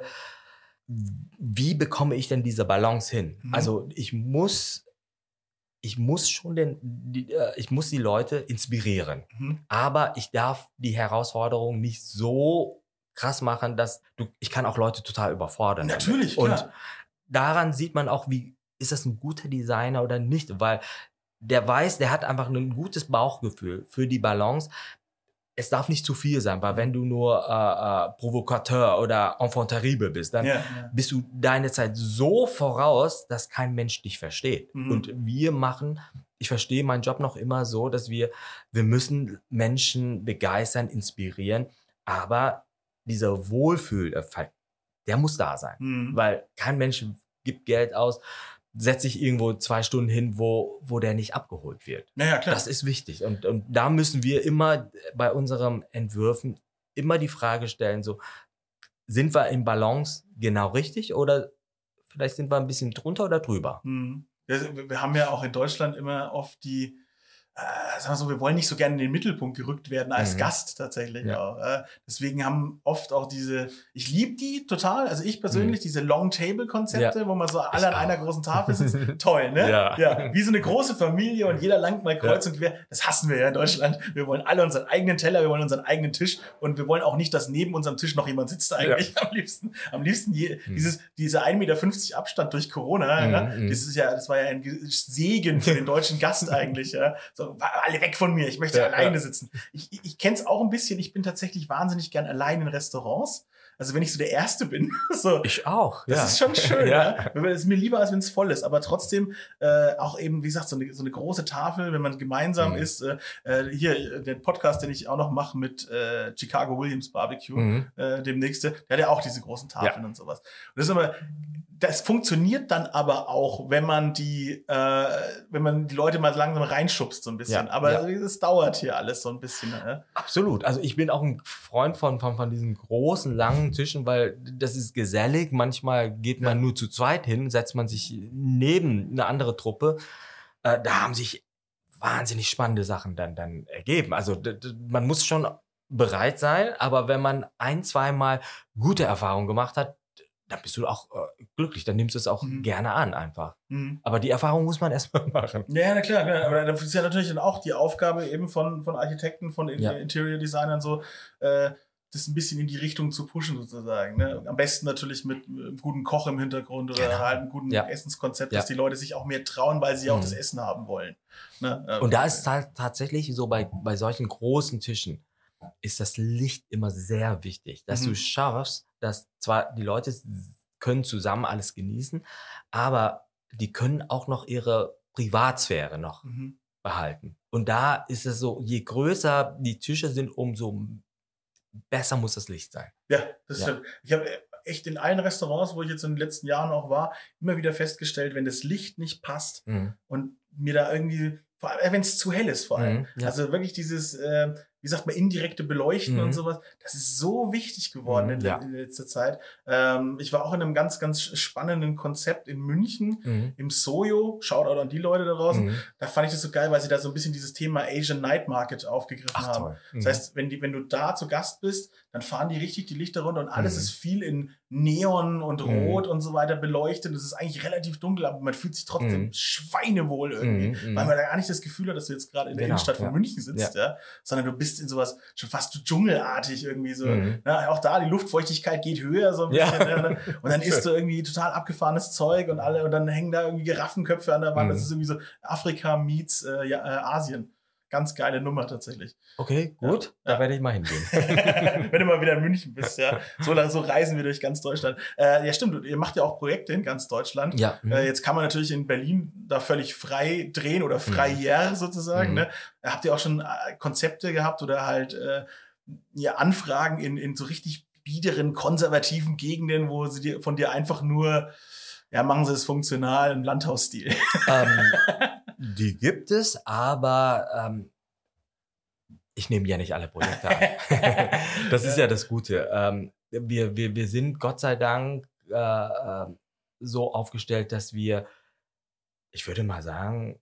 [SPEAKER 3] Wie bekomme ich denn diese Balance hin?
[SPEAKER 2] Mhm.
[SPEAKER 3] Also ich muss, ich muss schon den, die, äh, ich muss die Leute inspirieren,
[SPEAKER 2] Mhm.
[SPEAKER 3] aber ich darf die Herausforderung nicht so krass machen, dass du, ich kann auch Leute total überfordern. damit.
[SPEAKER 2] Natürlich,
[SPEAKER 3] Und
[SPEAKER 2] klar.
[SPEAKER 3] daran sieht man auch, wie ist das ein guter Designer oder nicht, weil der weiß, der hat einfach ein gutes Bauchgefühl für die Balance. Es darf nicht zu viel sein, weil wenn du nur äh, äh, Provokateur oder Enfant terrible bist, dann
[SPEAKER 2] Ja, ja.
[SPEAKER 3] bist du deine Zeit so voraus, dass kein Mensch dich versteht.
[SPEAKER 2] Mhm.
[SPEAKER 3] Und wir machen, ich verstehe meinen Job noch immer so, dass wir, wir müssen Menschen begeistern, inspirieren, aber dieser Wohlfühleffekt, der muss da sein.
[SPEAKER 2] Mhm.
[SPEAKER 3] Weil kein Mensch gibt Geld aus, setzt sich irgendwo zwei Stunden hin, wo, wo der nicht abgeholt wird.
[SPEAKER 2] Naja, klar.
[SPEAKER 3] Das ist wichtig. Und, und da müssen wir immer bei unseren Entwürfen immer die Frage stellen, so, sind wir im Balance genau richtig oder vielleicht sind wir ein bisschen drunter oder drüber?
[SPEAKER 2] Mhm. Wir, wir haben ja auch in Deutschland immer oft die, äh, sagen wir so, wir wollen nicht so gerne in den Mittelpunkt gerückt werden als
[SPEAKER 3] Mhm.
[SPEAKER 2] Gast tatsächlich
[SPEAKER 3] Ja.
[SPEAKER 2] auch. Äh, deswegen haben oft auch diese, ich liebe die total, also ich persönlich,
[SPEAKER 3] Mhm.
[SPEAKER 2] diese Long-Table-Konzepte,
[SPEAKER 3] Ja.
[SPEAKER 2] wo man so alle an
[SPEAKER 3] Ich
[SPEAKER 2] einer
[SPEAKER 3] auch.
[SPEAKER 2] großen Tafel sitzt. Toll, ne?
[SPEAKER 3] Ja.
[SPEAKER 2] ja. Wie so eine große Familie und jeder langt mal kreuz und quer. Das hassen wir ja in Deutschland. Wir wollen alle unseren eigenen Teller, wir wollen unseren eigenen Tisch und wir wollen auch nicht, dass neben unserem Tisch noch jemand sitzt eigentlich. Am liebsten, am liebsten je,
[SPEAKER 3] Mhm.
[SPEAKER 2] dieses, dieser ein Meter fünfzig Abstand durch Corona.
[SPEAKER 3] Mhm,
[SPEAKER 2] Ja?
[SPEAKER 3] mhm.
[SPEAKER 2] Das ist ja, das war ja ein Ge- Segen für den deutschen Gast eigentlich. Ja? So, alle weg von mir, ich möchte
[SPEAKER 3] Ja,
[SPEAKER 2] alleine
[SPEAKER 3] ja.
[SPEAKER 2] sitzen. Ich, ich, ich kenne es auch ein bisschen, ich bin tatsächlich wahnsinnig gern allein in Restaurants. Also wenn ich so der Erste bin, so,
[SPEAKER 3] Ich auch.
[SPEAKER 2] das
[SPEAKER 3] ja.
[SPEAKER 2] ist schon schön.
[SPEAKER 3] Ja.
[SPEAKER 2] ja. Es ist mir lieber, als wenn es voll ist. Aber trotzdem äh, auch eben, wie gesagt, so eine, so eine große Tafel, wenn man gemeinsam
[SPEAKER 3] Mhm.
[SPEAKER 2] ist. Äh, äh, hier, äh, der Podcast, den ich auch noch mache mit äh, Chicago Williams Barbecue,
[SPEAKER 3] Mhm.
[SPEAKER 2] äh, demnächst, der hat ja auch diese großen Tafeln und sowas. Und das ist aber, das funktioniert dann aber auch, wenn man die, äh, wenn man die Leute mal langsam reinschubst so ein bisschen.
[SPEAKER 3] Ja,
[SPEAKER 2] Aber
[SPEAKER 3] ja.
[SPEAKER 2] es dauert hier alles so ein bisschen. Ne?
[SPEAKER 3] Absolut. Also ich bin auch ein Freund von, von, von diesen großen, langen Tischen, weil das ist gesellig. Manchmal geht man
[SPEAKER 2] Ja.
[SPEAKER 3] nur zu zweit hin, setzt man sich neben eine andere Truppe. Äh, da haben sich wahnsinnig spannende Sachen dann, dann ergeben. Also d- d- man muss schon bereit sein, aber wenn man ein, zweimal gute Erfahrungen gemacht hat, dann bist du auch äh, glücklich. Dann nimmst du es auch
[SPEAKER 2] Mhm.
[SPEAKER 3] gerne an einfach.
[SPEAKER 2] Mhm.
[SPEAKER 3] Aber die Erfahrung muss man erstmal machen.
[SPEAKER 2] Ja, na klar, klar. Aber das ist ja natürlich dann auch die Aufgabe eben von, von Architekten, von In-
[SPEAKER 3] Ja.
[SPEAKER 2] Interior Designern so, äh, das ein bisschen in die Richtung zu pushen sozusagen. Ne? Am besten natürlich mit einem guten Koch im Hintergrund oder
[SPEAKER 3] Genau.
[SPEAKER 2] halt einem guten
[SPEAKER 3] Ja.
[SPEAKER 2] Essenskonzept,
[SPEAKER 3] Ja.
[SPEAKER 2] dass die Leute sich auch mehr trauen, weil sie auch
[SPEAKER 3] Mhm.
[SPEAKER 2] das Essen haben wollen. Ne? Äh,
[SPEAKER 3] Und da ist es halt tatsächlich so, bei, bei solchen großen Tischen ist das Licht immer sehr wichtig, dass
[SPEAKER 2] Mhm.
[SPEAKER 3] du schaffst, dass zwar die Leute s- können zusammen alles genießen, aber die können auch noch ihre Privatsphäre noch
[SPEAKER 2] Mhm.
[SPEAKER 3] behalten. Und da ist es so, je größer die Tische sind, umso besser muss das Licht sein.
[SPEAKER 2] Ja, das
[SPEAKER 3] Ja.
[SPEAKER 2] stimmt. Ich habe echt in allen Restaurants, wo ich jetzt in den letzten Jahren auch war, immer wieder festgestellt, wenn das Licht nicht passt
[SPEAKER 3] Mhm.
[SPEAKER 2] und mir da irgendwie, vor allem, wenn es zu hell ist vor allem.
[SPEAKER 3] Mhm, ja.
[SPEAKER 2] Also wirklich dieses, äh, wie sagt man, indirekte Beleuchten
[SPEAKER 3] Mhm.
[SPEAKER 2] und sowas. Das ist so wichtig geworden
[SPEAKER 3] Mhm,
[SPEAKER 2] in,
[SPEAKER 3] ja.
[SPEAKER 2] in letzter Zeit. Ähm, ich war auch in einem ganz, ganz spannenden Konzept in München,
[SPEAKER 3] Mhm.
[SPEAKER 2] im Soyo. Shoutout an die Leute da draußen.
[SPEAKER 3] Mhm.
[SPEAKER 2] Da fand ich das so geil, weil sie da so ein bisschen dieses Thema Asian Night Market aufgegriffen
[SPEAKER 3] Ach,
[SPEAKER 2] haben.
[SPEAKER 3] toll. Mhm.
[SPEAKER 2] Das heißt, wenn, die, wenn du da zu Gast bist, dann fahren die richtig die Lichter runter und alles
[SPEAKER 3] Mhm.
[SPEAKER 2] ist viel in Neon und
[SPEAKER 3] Mhm.
[SPEAKER 2] Rot und so weiter beleuchtet. Es ist eigentlich relativ dunkel, aber man fühlt sich trotzdem
[SPEAKER 3] Mhm.
[SPEAKER 2] schweinewohl irgendwie,
[SPEAKER 3] Mhm.
[SPEAKER 2] weil man da gar nicht das Gefühl hat, dass du jetzt gerade in der
[SPEAKER 3] Genau,
[SPEAKER 2] Innenstadt von
[SPEAKER 3] ja.
[SPEAKER 2] München sitzt, ja. sondern du bist in sowas schon fast dschungelartig irgendwie so.
[SPEAKER 3] Mhm.
[SPEAKER 2] Ja, auch da, die Luftfeuchtigkeit geht höher so ein
[SPEAKER 3] Ja.
[SPEAKER 2] bisschen. Ja, ne? Und dann isst du irgendwie total abgefahrenes Zeug und alle und dann hängen da irgendwie Giraffenköpfe an der Wand.
[SPEAKER 3] Mhm.
[SPEAKER 2] Das ist irgendwie so Afrika meets äh, ja, äh, Asien. Ganz geile Nummer tatsächlich.
[SPEAKER 3] Okay, gut.
[SPEAKER 2] Ja.
[SPEAKER 3] Da
[SPEAKER 2] Ja.
[SPEAKER 3] werde ich mal hingehen.
[SPEAKER 2] Wenn du mal wieder in München bist, ja. So, so reisen wir durch ganz Deutschland. Äh, ja, stimmt, ihr macht ja auch Projekte in ganz Deutschland.
[SPEAKER 3] Ja. Mhm.
[SPEAKER 2] Äh, jetzt kann man natürlich in Berlin da völlig frei drehen oder freier sozusagen.
[SPEAKER 3] Mhm.
[SPEAKER 2] Ne? Habt ihr auch schon äh, Konzepte gehabt oder halt äh, ja, Anfragen in, in so richtig biederen, konservativen Gegenden, wo sie dir, von dir einfach nur, ja, machen sie es funktional im Landhausstil.
[SPEAKER 3] ähm, die gibt es, aber ähm, ich nehme ja nicht alle Projekte an. Das ist ja das Gute. Ähm, wir, wir, wir sind Gott sei Dank äh, äh, so aufgestellt, dass wir, ich würde mal sagen,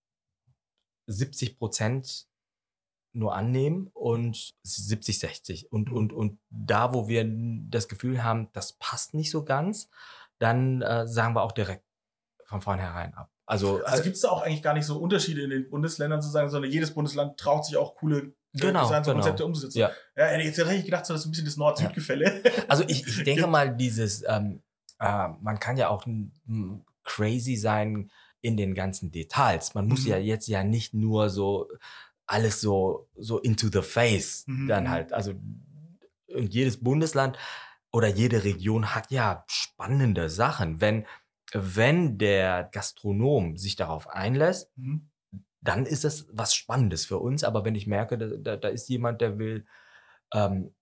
[SPEAKER 3] siebzig Prozent nur annehmen und siebzig, sechzig. Und, und, und da, wo wir das Gefühl haben, das passt nicht so ganz, dann äh, sagen wir auch direkt von vornherein ab. Also,
[SPEAKER 2] Also
[SPEAKER 3] äh,
[SPEAKER 2] gibt es da auch eigentlich gar nicht so Unterschiede in den Bundesländern zu sagen, sondern jedes Bundesland traut sich auch coole äh,
[SPEAKER 3] Genau,
[SPEAKER 2] Designs und
[SPEAKER 3] genau.
[SPEAKER 2] Konzepte umzusetzen.
[SPEAKER 3] Ja.
[SPEAKER 2] Ja, jetzt hätte ich gedacht, so, das ist ein bisschen das Nord-Süd-Gefälle.
[SPEAKER 3] Also ich, ich denke mal, dieses, ähm, äh, man kann ja auch m, crazy sein in den ganzen Details. Man muss
[SPEAKER 2] Mhm.
[SPEAKER 3] ja jetzt ja nicht nur so alles so, so into the face
[SPEAKER 2] Mhm.
[SPEAKER 3] dann halt. Also und jedes Bundesland oder jede Region hat ja spannende Sachen. Wenn, wenn der Gastronom sich darauf einlässt,
[SPEAKER 2] Mhm.
[SPEAKER 3] dann ist das was Spannendes für uns. Aber wenn ich merke, da, da, da ist jemand, der will ähm,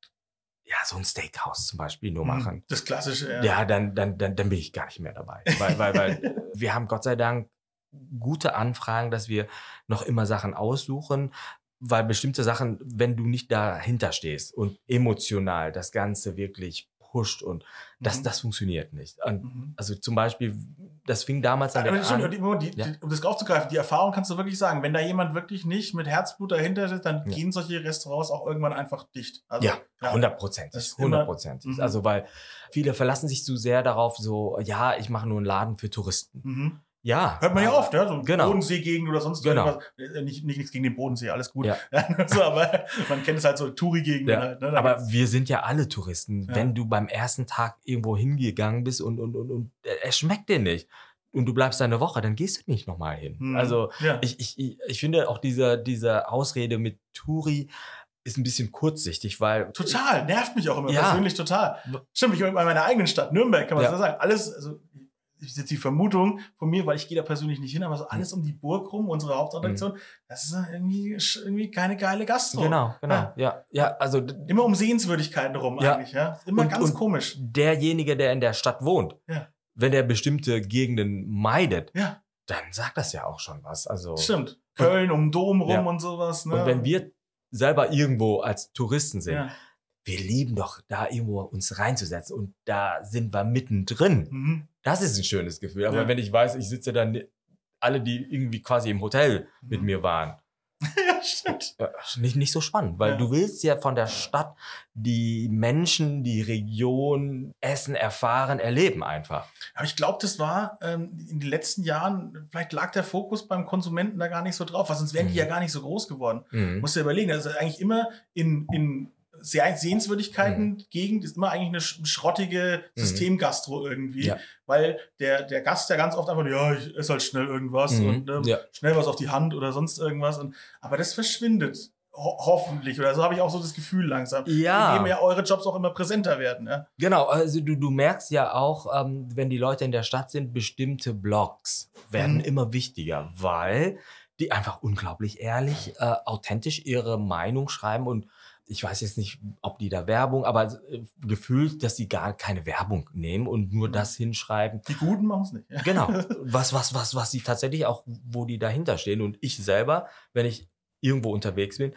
[SPEAKER 3] ja so ein Steakhouse zum Beispiel nur machen,
[SPEAKER 2] Das Klassische, ja.
[SPEAKER 3] ja, dann, dann, dann, dann bin ich gar nicht mehr dabei. Weil, weil, weil wir haben Gott sei Dank gute Anfragen, dass wir noch immer Sachen aussuchen, weil bestimmte Sachen, wenn du nicht dahinter stehst und emotional das Ganze wirklich pusht und das,
[SPEAKER 2] Mhm.
[SPEAKER 3] das funktioniert nicht. Und
[SPEAKER 2] Mhm.
[SPEAKER 3] also zum Beispiel, das fing damals an.
[SPEAKER 2] Aber
[SPEAKER 3] der
[SPEAKER 2] stimmt,
[SPEAKER 3] an
[SPEAKER 2] die, Moment, die,
[SPEAKER 3] Ja.
[SPEAKER 2] die, um das aufzugreifen, die Erfahrung kannst du wirklich sagen, wenn da jemand wirklich nicht mit Herzblut dahinter sitzt, dann
[SPEAKER 3] Ja.
[SPEAKER 2] gehen solche Restaurants auch irgendwann einfach dicht. Also,
[SPEAKER 3] Ja, hundertprozentig.
[SPEAKER 2] Das ist immer-
[SPEAKER 3] Hundertprozentig.
[SPEAKER 2] Mhm.
[SPEAKER 3] Also, weil viele verlassen sich zu sehr darauf, so, ja, ich mache nur einen Laden für Touristen.
[SPEAKER 2] Mhm.
[SPEAKER 3] Ja.
[SPEAKER 2] Hört man ja
[SPEAKER 3] aber-
[SPEAKER 2] oft, ja, so
[SPEAKER 3] Genau.
[SPEAKER 2] Bodensee-Gegend oder sonst
[SPEAKER 3] Genau.
[SPEAKER 2] irgendwas. Äh, Nicht, nicht nichts gegen den Bodensee, alles gut.
[SPEAKER 3] Ja.
[SPEAKER 2] so, aber man kennt es halt so Touri-Gegenden
[SPEAKER 3] Ja,
[SPEAKER 2] halt. Ne? Da
[SPEAKER 3] aber
[SPEAKER 2] gibt's-
[SPEAKER 3] wir sind ja alle Touristen.
[SPEAKER 2] Ja.
[SPEAKER 3] Wenn du beim ersten Tag irgendwo hingegangen bist und, und, und, und es schmeckt dir nicht und du bleibst da eine Woche, dann gehst du nicht nochmal hin.
[SPEAKER 2] Mhm.
[SPEAKER 3] Also
[SPEAKER 2] ja.
[SPEAKER 3] ich, ich, ich- ich finde auch diese, diese Ausrede mit Touri ist ein bisschen kurzsichtig, weil
[SPEAKER 2] Total, nervt mich auch immer,
[SPEAKER 3] Ja.
[SPEAKER 2] persönlich total. Stimmt, ich bin bei meiner eigenen Stadt, Nürnberg, kann man
[SPEAKER 3] Ja.
[SPEAKER 2] so sagen. Alles, also, das ist jetzt die Vermutung von mir, weil ich gehe da persönlich nicht hin, aber so alles um die Burg rum, unsere Hauptattraktion, das ist irgendwie, irgendwie keine geile Gastro.
[SPEAKER 3] Genau, genau.
[SPEAKER 2] Ja.
[SPEAKER 3] Ja, ja, also d-
[SPEAKER 2] Immer um Sehenswürdigkeiten rum
[SPEAKER 3] Ja.
[SPEAKER 2] eigentlich, ja. Immer
[SPEAKER 3] Und-
[SPEAKER 2] ganz
[SPEAKER 3] und-
[SPEAKER 2] komisch.
[SPEAKER 3] derjenige, der in der Stadt wohnt,
[SPEAKER 2] Ja.
[SPEAKER 3] wenn er bestimmte Gegenden meidet,
[SPEAKER 2] Ja,
[SPEAKER 3] dann sagt das ja auch schon was. Also
[SPEAKER 2] stimmt. Köln um den Dom rum
[SPEAKER 3] Ja.
[SPEAKER 2] und sowas. Ne?
[SPEAKER 3] und wenn wir selber irgendwo als Touristen sind,
[SPEAKER 2] Ja.
[SPEAKER 3] wir lieben doch, da irgendwo uns reinzusetzen und da sind wir mittendrin.
[SPEAKER 2] Mhm.
[SPEAKER 3] Das ist ein schönes Gefühl. Aber
[SPEAKER 2] Ja.
[SPEAKER 3] wenn ich weiß, ich sitze dann alle, die irgendwie quasi im Hotel mit
[SPEAKER 2] Mhm.
[SPEAKER 3] mir waren,
[SPEAKER 2] ja, stimmt.
[SPEAKER 3] äh, nicht, nicht so spannend, weil
[SPEAKER 2] Ja.
[SPEAKER 3] du willst ja von der Stadt die Menschen, die Region, Essen, erfahren, erleben einfach.
[SPEAKER 2] Aber ich glaube, das war ähm, in den letzten Jahren, vielleicht lag der Fokus beim Konsumenten da gar nicht so drauf, weil sonst wären die
[SPEAKER 3] Mhm.
[SPEAKER 2] ja gar nicht so groß geworden.
[SPEAKER 3] Mhm.
[SPEAKER 2] Musst du dir überlegen, also eigentlich immer in, in sehr Sehenswürdigkeiten Gegend ist immer eigentlich eine sch- schrottige
[SPEAKER 3] Mhm.
[SPEAKER 2] Systemgastro irgendwie,
[SPEAKER 3] Ja.
[SPEAKER 2] weil der, der Gast ja ganz oft einfach, nur, ja, ich esse halt schnell irgendwas
[SPEAKER 3] Mhm.
[SPEAKER 2] und ne,
[SPEAKER 3] Ja.
[SPEAKER 2] schnell was auf die Hand oder sonst irgendwas. Und, aber das verschwindet ho hoffentlich, oder so habe ich auch so das Gefühl langsam.
[SPEAKER 3] Ja.
[SPEAKER 2] Indem ja eure Jobs auch immer präsenter werden. Ja?
[SPEAKER 3] Genau, also du, du merkst ja auch, ähm, wenn die Leute in der Stadt sind, bestimmte Blogs werden
[SPEAKER 2] Mhm.
[SPEAKER 3] immer wichtiger, weil die einfach unglaublich ehrlich, äh, authentisch ihre Meinung schreiben und ich weiß jetzt nicht, ob die da Werbung, aber äh, gefühlt, dass sie gar keine Werbung nehmen und nur
[SPEAKER 2] Mhm.
[SPEAKER 3] das hinschreiben.
[SPEAKER 2] Die Guten machen es nicht. Ja.
[SPEAKER 3] Genau, was, was, was, was sie tatsächlich auch, wo die dahinter stehen. Und ich selber, wenn ich irgendwo unterwegs bin,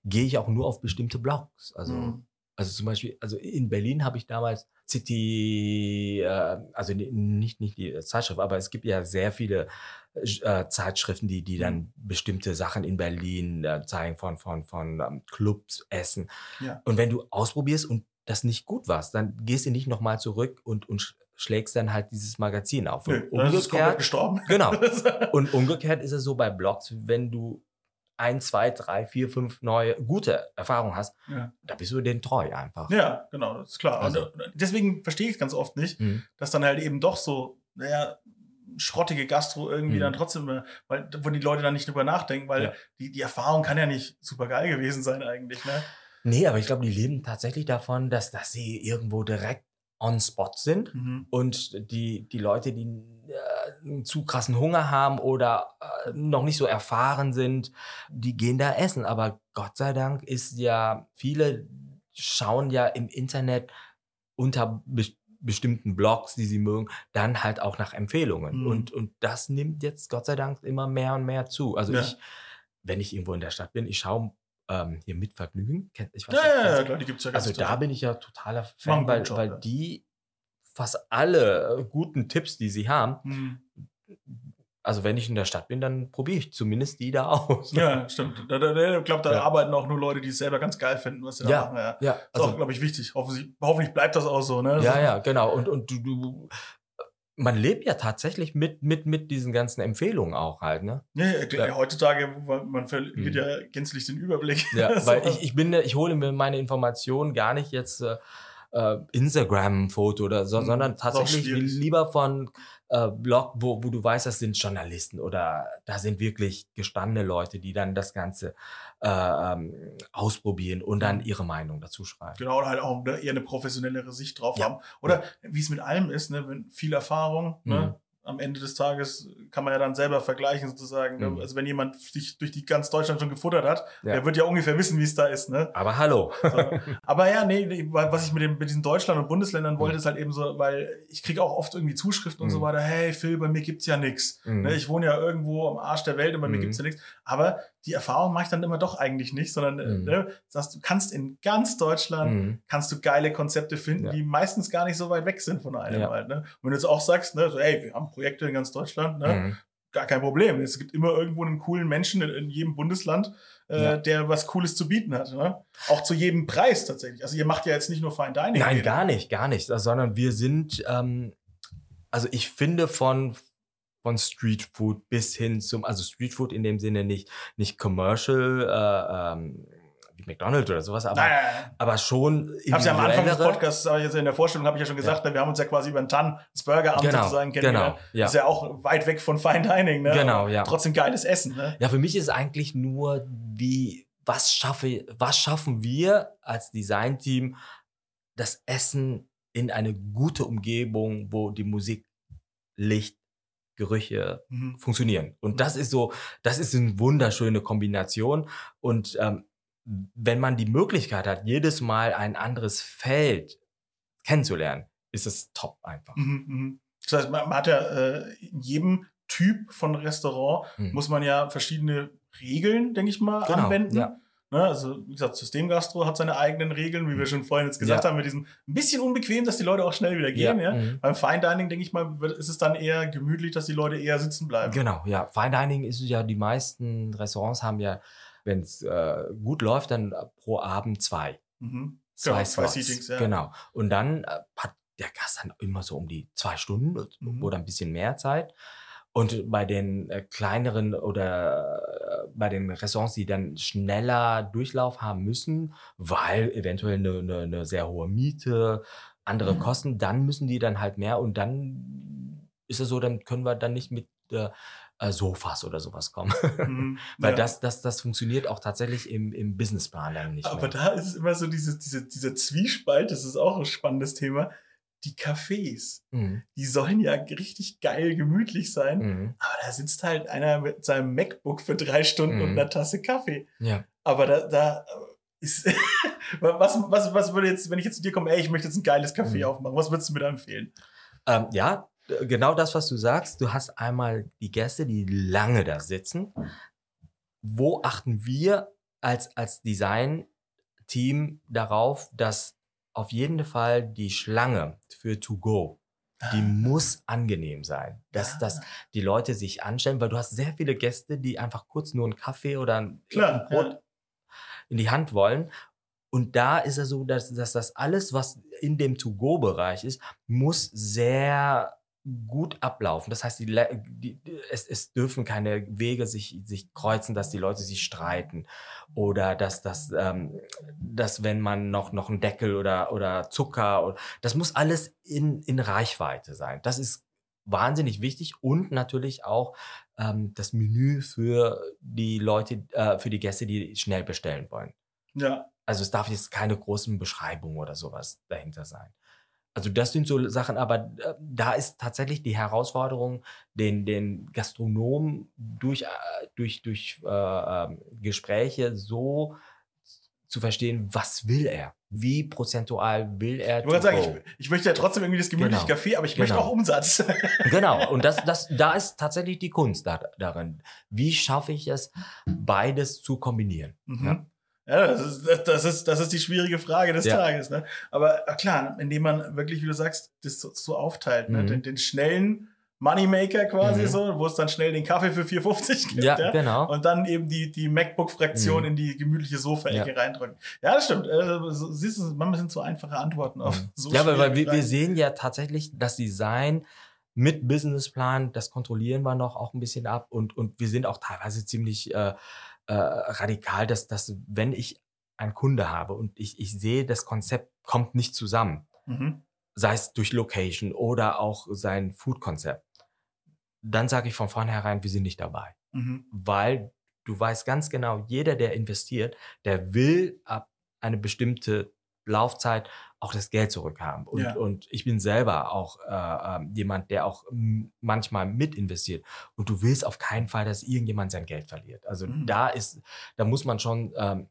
[SPEAKER 3] gehe ich auch nur auf bestimmte Blogs. Also,
[SPEAKER 2] Mhm.
[SPEAKER 3] also zum Beispiel, also in Berlin habe ich damals City, äh, also ni- nicht, nicht die Zeitschrift, aber es gibt ja sehr viele äh, Zeitschriften, die, die dann
[SPEAKER 2] Mhm.
[SPEAKER 3] bestimmte Sachen in Berlin äh, zeigen, von, von, von ähm, Clubs, Essen.
[SPEAKER 2] Ja.
[SPEAKER 3] Und wenn du ausprobierst und das nicht gut warst, dann gehst du nicht nochmal zurück und, und sch- schlägst dann halt dieses Magazin auf.
[SPEAKER 2] Nö,
[SPEAKER 3] Und
[SPEAKER 2] dann ist es komplett gestorben.
[SPEAKER 3] Genau. Und umgekehrt ist es so bei Blogs, wenn du ein, zwei, drei, vier, fünf neue gute Erfahrungen hast,
[SPEAKER 2] Ja.
[SPEAKER 3] da bist du denen treu einfach.
[SPEAKER 2] Ja, genau, das ist klar.
[SPEAKER 3] Also.
[SPEAKER 2] Und äh, deswegen verstehe ich es ganz oft nicht,
[SPEAKER 3] Mhm.
[SPEAKER 2] dass dann halt eben doch so, naja, schrottige Gastro irgendwie
[SPEAKER 3] Mhm.
[SPEAKER 2] dann trotzdem, äh, weil, wo die Leute dann nicht drüber nachdenken, weil
[SPEAKER 3] Ja.
[SPEAKER 2] die, die Erfahrung kann ja nicht super geil gewesen sein eigentlich, ne?
[SPEAKER 3] Nee, aber ich glaube, die leben tatsächlich davon, dass, dass sie irgendwo direkt on spot sind
[SPEAKER 2] Mhm.
[SPEAKER 3] und die, die Leute, die äh, einen zu krassen Hunger haben oder äh, noch nicht so erfahren sind, die gehen da essen. Aber Gott sei Dank ist ja, viele schauen ja im Internet unter be bestimmten Blogs, die sie mögen, dann halt auch nach Empfehlungen.
[SPEAKER 2] Mhm.
[SPEAKER 3] Und, und das nimmt jetzt Gott sei Dank immer mehr und mehr zu. Also
[SPEAKER 2] Ja.
[SPEAKER 3] ich, wenn ich irgendwo in der Stadt bin, ich schaue ähm, hier mit Vergnügen. Kennt- Ich weiß
[SPEAKER 2] Ja,
[SPEAKER 3] nicht,
[SPEAKER 2] ja,
[SPEAKER 3] kennst
[SPEAKER 2] ja,
[SPEAKER 3] du-
[SPEAKER 2] klar, die gibt's ja ganz
[SPEAKER 3] also da
[SPEAKER 2] toll.
[SPEAKER 3] bin ich ja totaler
[SPEAKER 2] Machen
[SPEAKER 3] Fan,
[SPEAKER 2] einen
[SPEAKER 3] weil,
[SPEAKER 2] guten Job,
[SPEAKER 3] weil
[SPEAKER 2] ja.
[SPEAKER 3] die fast alle äh, guten Tipps, die sie haben,
[SPEAKER 2] Mhm.
[SPEAKER 3] also wenn ich in der Stadt bin, dann probiere ich zumindest die da aus.
[SPEAKER 2] Ja, stimmt. Da, da, da, ich glaube, da
[SPEAKER 3] Ja.
[SPEAKER 2] arbeiten auch nur Leute, die es selber ganz geil finden, was sie da
[SPEAKER 3] Ja,
[SPEAKER 2] machen. Ja.
[SPEAKER 3] ja,
[SPEAKER 2] Ist
[SPEAKER 3] also,
[SPEAKER 2] auch, glaube ich, wichtig. Hoffentlich, hoffentlich bleibt das auch so, ne?
[SPEAKER 3] ja,
[SPEAKER 2] So.
[SPEAKER 3] ja, genau. Und, und du, du, man lebt ja tatsächlich mit, mit, mit diesen ganzen Empfehlungen auch halt, ne?
[SPEAKER 2] Ja, ja, klar,
[SPEAKER 3] Ja.
[SPEAKER 2] heutzutage, weil man verliert
[SPEAKER 3] Mhm.
[SPEAKER 2] ja gänzlich den Überblick.
[SPEAKER 3] Ja,
[SPEAKER 2] So.
[SPEAKER 3] weil ich, ich bin, ich hole mir meine Informationen gar nicht jetzt äh, äh, Instagram-Foto oder so,
[SPEAKER 2] Mhm,
[SPEAKER 3] sondern
[SPEAKER 2] ist auch
[SPEAKER 3] tatsächlich
[SPEAKER 2] schwierig.
[SPEAKER 3] lieber von äh, Blog, wo, wo du weißt, das sind Journalisten oder da sind wirklich gestandene Leute, die dann das Ganze äh, ähm, ausprobieren und dann
[SPEAKER 2] Mhm.
[SPEAKER 3] ihre Meinung dazu schreiben.
[SPEAKER 2] Genau, und halt auch ne, eher eine professionellere Sicht drauf
[SPEAKER 3] Ja.
[SPEAKER 2] haben. Oder wie es mit allem ist, ne, wenn viel Erfahrung,
[SPEAKER 3] Mhm.
[SPEAKER 2] ne, am Ende des Tages kann man ja dann selber vergleichen sozusagen.
[SPEAKER 3] Mhm.
[SPEAKER 2] Ne? Also wenn jemand sich durch die ganz Deutschland schon gefuttert hat,
[SPEAKER 3] Ja.
[SPEAKER 2] der wird ja ungefähr wissen, wie es da ist. Ne?
[SPEAKER 3] Aber hallo.
[SPEAKER 2] So. Aber ja, nee, nee, was ich mit, dem, mit diesen Deutschland- und Bundesländern wollte,
[SPEAKER 3] Mhm.
[SPEAKER 2] ist halt eben so, weil ich kriege auch oft irgendwie Zuschriften und so
[SPEAKER 3] Mhm.
[SPEAKER 2] weiter, hey Phil, bei mir gibt's ja nichts.
[SPEAKER 3] Mhm.
[SPEAKER 2] Ne, ich wohne ja irgendwo am Arsch der Welt und bei mir
[SPEAKER 3] Mhm.
[SPEAKER 2] gibt's ja nichts. Aber die Erfahrung mache ich dann immer doch eigentlich nicht, sondern
[SPEAKER 3] Mhm.
[SPEAKER 2] ne, sagst, du kannst in ganz Deutschland
[SPEAKER 3] Mhm.
[SPEAKER 2] kannst du geile Konzepte finden,
[SPEAKER 3] Ja.
[SPEAKER 2] die meistens gar nicht so weit weg sind von einem
[SPEAKER 3] Ja.
[SPEAKER 2] halt. Ne? Und wenn du jetzt auch sagst, ne, so, ey, wir haben Projekte in ganz Deutschland, ne,
[SPEAKER 3] Mhm.
[SPEAKER 2] gar kein Problem. Es gibt immer irgendwo einen coolen Menschen in, in jedem Bundesland, äh,
[SPEAKER 3] Ja.
[SPEAKER 2] der was Cooles zu bieten hat. Ne? Auch zu jedem Preis tatsächlich. Also ihr macht ja jetzt nicht nur Fine Dining.
[SPEAKER 3] Nein, gar nicht, gar nicht. Also, sondern wir sind, ähm, also ich finde von, von Street Food bis hin zum, also Street Food in dem Sinne nicht, nicht commercial, äh, ähm, wie McDonald's oder sowas, aber,
[SPEAKER 2] Nein,
[SPEAKER 3] aber schon
[SPEAKER 2] ich hab's ja am Anfang des
[SPEAKER 3] individuellere-
[SPEAKER 2] Podcasts, aber jetzt in der Vorstellung habe ich ja schon gesagt, ne, wir haben uns ja quasi über einen Tann, das Burgeramt
[SPEAKER 3] Genau,
[SPEAKER 2] sozusagen kennengelernt.
[SPEAKER 3] genau, ja.
[SPEAKER 2] Ist ja auch weit weg von Fine Dining. Ne?
[SPEAKER 3] Genau,
[SPEAKER 2] Aber
[SPEAKER 3] ja.
[SPEAKER 2] Trotzdem geiles Essen. Ne?
[SPEAKER 3] Ja, für mich ist es eigentlich nur, wie, was schaffe, was schaffen wir als Designteam, das Essen in eine gute Umgebung, wo die Musik, Licht, Gerüche
[SPEAKER 2] Mhm.
[SPEAKER 3] funktionieren. Und das ist so, das ist eine wunderschöne Kombination. Und ähm, wenn man die Möglichkeit hat, jedes Mal ein anderes Feld kennenzulernen, ist es top einfach.
[SPEAKER 2] Mhm, mhm. Das heißt, man, man hat ja äh, in jedem Typ von Restaurant
[SPEAKER 3] Mhm.
[SPEAKER 2] muss man ja verschiedene Regeln, denke ich mal,
[SPEAKER 3] Genau,
[SPEAKER 2] anwenden.
[SPEAKER 3] ja.
[SPEAKER 2] Ne, also, wie gesagt, Systemgastro hat seine eigenen Regeln, wie wir schon vorhin jetzt gesagt
[SPEAKER 3] Ja.
[SPEAKER 2] haben, mit diesem ein bisschen unbequem, dass die Leute auch schnell wieder gehen. Ja.
[SPEAKER 3] Mhm.
[SPEAKER 2] Beim Fine Dining, denke ich mal, wird- ist es dann eher gemütlich, dass die Leute eher sitzen bleiben.
[SPEAKER 3] Genau, ja. Fine Dining ist ja, die meisten Restaurants haben ja, wenn es äh, gut läuft, dann pro Abend zwei.
[SPEAKER 2] Mhm.
[SPEAKER 3] Zwei
[SPEAKER 2] Genau, zwei
[SPEAKER 3] Slots.
[SPEAKER 2] Seatings, ja.
[SPEAKER 3] Genau. Und dann äh, hat der Gast dann immer so um die zwei Stunden
[SPEAKER 2] Mhm.
[SPEAKER 3] oder ein bisschen mehr Zeit. Und bei den äh, kleineren oder äh, bei den Restaurants, die dann schneller Durchlauf haben müssen, weil eventuell eine, eine, eine sehr hohe Miete, andere
[SPEAKER 2] Mhm.
[SPEAKER 3] Kosten, dann müssen die dann halt mehr und dann ist es so, dann können wir dann nicht mit äh, äh, Sofas oder sowas kommen.
[SPEAKER 2] Mhm.
[SPEAKER 3] Weil
[SPEAKER 2] Ja.
[SPEAKER 3] das, das, das funktioniert auch tatsächlich im, im Businessplan dann nicht
[SPEAKER 2] Aber
[SPEAKER 3] mehr.
[SPEAKER 2] da ist es immer so diese, diese, dieser Zwiespalt, das ist auch ein spannendes Thema. Die Cafés,
[SPEAKER 3] Mhm.
[SPEAKER 2] die sollen ja richtig geil gemütlich sein.
[SPEAKER 3] Mhm.
[SPEAKER 2] Aber da sitzt halt einer mit seinem MacBook für drei Stunden
[SPEAKER 3] Mhm.
[SPEAKER 2] und einer Tasse Kaffee.
[SPEAKER 3] Ja.
[SPEAKER 2] Aber da, da ist. was, was, was würde jetzt, wenn ich jetzt zu dir komme, ey, ich möchte jetzt ein geiles Café
[SPEAKER 3] Mhm.
[SPEAKER 2] aufmachen, was würdest du mir da empfehlen?
[SPEAKER 3] Ähm, ja, d- genau das, was du sagst. Du hast einmal die Gäste, die lange da sitzen. Wo achten wir als, als Design-Team darauf, dass auf jeden Fall die Schlange für To Go, die
[SPEAKER 2] Ah.
[SPEAKER 3] muss angenehm sein. Dass,
[SPEAKER 2] Ah.
[SPEAKER 3] dass die Leute sich anstellen, weil du hast sehr viele Gäste, die einfach kurz nur einen Kaffee oder ein,
[SPEAKER 2] Klar,
[SPEAKER 3] ein Brot
[SPEAKER 2] ja.
[SPEAKER 3] in die Hand wollen. Und da ist es so, dass, dass das alles, was in dem To-Go-Bereich ist, muss sehr gut ablaufen. Das heißt, die, Le- die, es, es dürfen keine Wege sich, sich kreuzen, dass die Leute sich streiten oder dass, dass, ähm, dass wenn man noch, noch einen Deckel oder, oder Zucker, oder, das muss alles in, in Reichweite sein. Das ist wahnsinnig wichtig und natürlich auch ähm, das Menü für die Leute, äh, für die Gäste, die schnell bestellen wollen.
[SPEAKER 2] Ja.
[SPEAKER 3] Also es darf jetzt keine großen Beschreibungen oder sowas dahinter sein. Also das sind so Sachen, aber äh, da ist tatsächlich die Herausforderung, den, den Gastronomen durch, äh, durch, durch äh, ähm, Gespräche so zu verstehen, was will er? Wie prozentual will er
[SPEAKER 2] Ich wollte
[SPEAKER 3] to
[SPEAKER 2] gerade sagen,
[SPEAKER 3] go?
[SPEAKER 2] ich, ich möchte ja trotzdem irgendwie das gemütliche
[SPEAKER 3] Genau.
[SPEAKER 2] Café, aber ich
[SPEAKER 3] Genau.
[SPEAKER 2] möchte auch Umsatz.
[SPEAKER 3] Genau, und das, das, da ist tatsächlich die Kunst da, darin. Wie schaffe ich es, beides zu kombinieren?
[SPEAKER 2] Mhm.
[SPEAKER 3] Ja?
[SPEAKER 2] Ja, das ist, das, das, ist, das ist die schwierige Frage des
[SPEAKER 3] Ja.
[SPEAKER 2] Tages. Ne? Aber äh, klar, indem man wirklich, wie du sagst, das so, so aufteilt, ne?
[SPEAKER 3] Mhm.
[SPEAKER 2] den, den schnellen Moneymaker quasi
[SPEAKER 3] Mhm.
[SPEAKER 2] so, wo es dann schnell den Kaffee für vier fünfzig gibt.
[SPEAKER 3] Ja,
[SPEAKER 2] Ja,
[SPEAKER 3] genau.
[SPEAKER 2] Und dann eben die, die MacBook-Fraktion
[SPEAKER 3] Mhm.
[SPEAKER 2] in die gemütliche Sofa-Ecke
[SPEAKER 3] Ja.
[SPEAKER 2] reindrücken. Ja, das stimmt. Äh, so, siehst du, manchmal sind so einfache Antworten auf
[SPEAKER 3] Mhm.
[SPEAKER 2] so
[SPEAKER 3] Ja, weil, weil
[SPEAKER 2] schwierige
[SPEAKER 3] wir, wir
[SPEAKER 2] Fragen.
[SPEAKER 3] sehen ja tatsächlich das Design mit Businessplan, das kontrollieren wir noch auch ein bisschen ab und, und wir sind auch teilweise ziemlich äh, äh, radikal, dass, dass wenn ich einen Kunde habe und ich, ich sehe, das Konzept kommt nicht zusammen,
[SPEAKER 2] Mhm.
[SPEAKER 3] sei es durch Location oder auch sein Food-Konzept, dann sage ich von vornherein, wir sind nicht dabei.
[SPEAKER 2] Mhm.
[SPEAKER 3] Weil du weißt ganz genau, jeder, der investiert, der will ab eine bestimmte Laufzeit auch das Geld zurückhaben. Und,
[SPEAKER 2] Ja.
[SPEAKER 3] und ich bin selber auch äh, ähm, jemand, der auch m, manchmal mit investiert. Und du willst auf keinen Fall, dass irgendjemand sein Geld verliert. Also
[SPEAKER 2] Mhm.
[SPEAKER 3] da ist, da muss man schon ähm,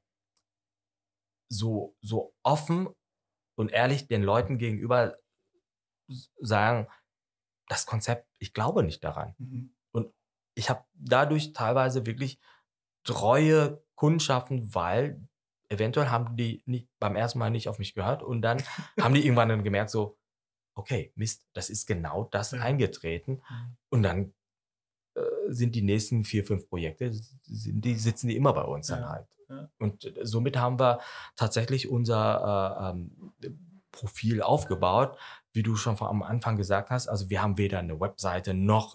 [SPEAKER 3] so, so offen und ehrlich den Leuten gegenüber s- sagen, das Konzept, ich glaube nicht daran.
[SPEAKER 2] Mhm.
[SPEAKER 3] Und ich habe dadurch teilweise wirklich treue Kundschaften, weil eventuell haben die nicht, beim ersten Mal nicht auf mich gehört und dann haben die irgendwann dann gemerkt so, okay, Mist, das ist genau das
[SPEAKER 2] Ja.
[SPEAKER 3] eingetreten.
[SPEAKER 2] Mhm.
[SPEAKER 3] Und dann äh, sind die nächsten vier, fünf Projekte, sind die, sitzen die immer bei uns dann
[SPEAKER 2] Ja.
[SPEAKER 3] halt.
[SPEAKER 2] Ja.
[SPEAKER 3] Und äh, somit haben wir tatsächlich unser äh, ähm, Profil aufgebaut, wie du schon von am Anfang gesagt hast. Also wir haben weder eine Webseite noch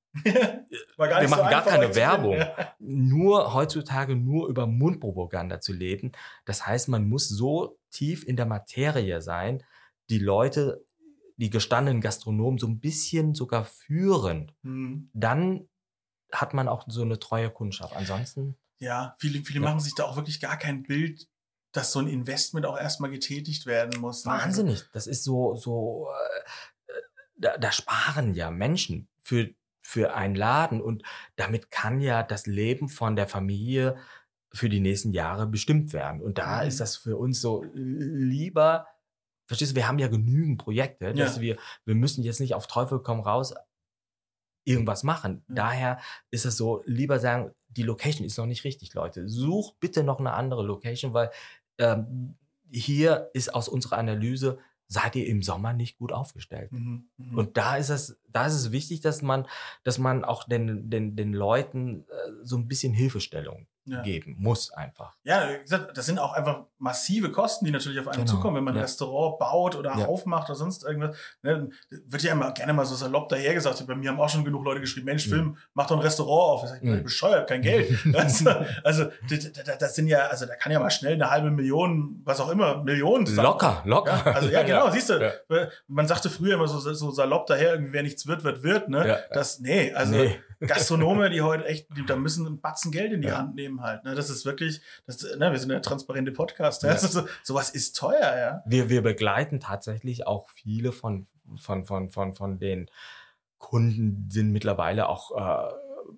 [SPEAKER 2] War gar
[SPEAKER 3] wir
[SPEAKER 2] nicht so
[SPEAKER 3] machen gar
[SPEAKER 2] einfach,
[SPEAKER 3] keine
[SPEAKER 2] euch zu finden,
[SPEAKER 3] Werbung.
[SPEAKER 2] ja.
[SPEAKER 3] Nur heutzutage nur über Mundpropaganda zu leben. Das heißt, man muss so tief in der Materie sein, die Leute, die gestandenen Gastronomen so ein bisschen sogar führen.
[SPEAKER 2] Mhm.
[SPEAKER 3] Dann hat man auch so eine treue Kundschaft. Ansonsten,
[SPEAKER 2] Ja, viele, viele
[SPEAKER 3] Ja.
[SPEAKER 2] machen sich da auch wirklich gar kein Bild, dass so ein Investment auch erstmal getätigt werden muss. Ne?
[SPEAKER 3] wahnsinnig. Das ist so, so äh, da, da sparen ja Menschen für, für einen Laden und damit kann ja das Leben von der Familie für die nächsten Jahre bestimmt werden. Und da
[SPEAKER 2] Mhm.
[SPEAKER 3] ist das für uns so lieber, verstehst du, wir haben ja genügend Projekte, dass
[SPEAKER 2] Ja.
[SPEAKER 3] wir, wir müssen jetzt nicht auf Teufel komm raus irgendwas machen.
[SPEAKER 2] Ja.
[SPEAKER 3] Daher ist es so, lieber sagen, die Location ist noch nicht richtig, Leute. Sucht bitte noch eine andere Location, weil ähm, hier ist aus unserer Analyse, seid ihr im Sommer nicht gut aufgestellt.
[SPEAKER 2] Mhm. Mhm.
[SPEAKER 3] Und da ist es, da ist es wichtig, dass man, dass man auch den, den, den Leuten äh, so ein bisschen Hilfestellung
[SPEAKER 2] Ja.
[SPEAKER 3] geben muss einfach.
[SPEAKER 2] Ja, wie gesagt, das sind auch einfach massive Kosten, die natürlich auf einen
[SPEAKER 3] Genau.
[SPEAKER 2] zukommen, wenn man ein
[SPEAKER 3] Ja.
[SPEAKER 2] Restaurant baut oder
[SPEAKER 3] Ja.
[SPEAKER 2] aufmacht oder sonst irgendwas. Ne, wird ja immer gerne mal so salopp dahergesagt. Bei mir haben auch schon genug Leute geschrieben, Mensch,
[SPEAKER 3] Mhm.
[SPEAKER 2] Film, mach doch ein Restaurant auf. Ich sag,
[SPEAKER 3] Mhm.
[SPEAKER 2] bescheuert, kein Geld. also, also das, das- das sind ja, also da kann ja mal schnell eine halbe Million, was auch immer, Millionen zusammen.
[SPEAKER 3] Locker, locker.
[SPEAKER 2] Ja, also ja, genau, siehst du,
[SPEAKER 3] Ja.
[SPEAKER 2] man sagte früher immer so, so salopp daher, irgendwie wer nichts wird, wird, wird, ne?
[SPEAKER 3] Ja.
[SPEAKER 2] Das, nee, also
[SPEAKER 3] Nee.
[SPEAKER 2] Gastronome, die heute echt, die, da müssen einen Batzen Geld in die
[SPEAKER 3] Ja.
[SPEAKER 2] Hand nehmen halt, ne? Das ist wirklich, das, ne, wir sind der transparente Podcast, ja?
[SPEAKER 3] Ja.
[SPEAKER 2] Also, so, sowas ist teuer, ja.
[SPEAKER 3] Wir, wir begleiten tatsächlich auch viele von, von, von, von, von den Kunden sind mittlerweile auch äh,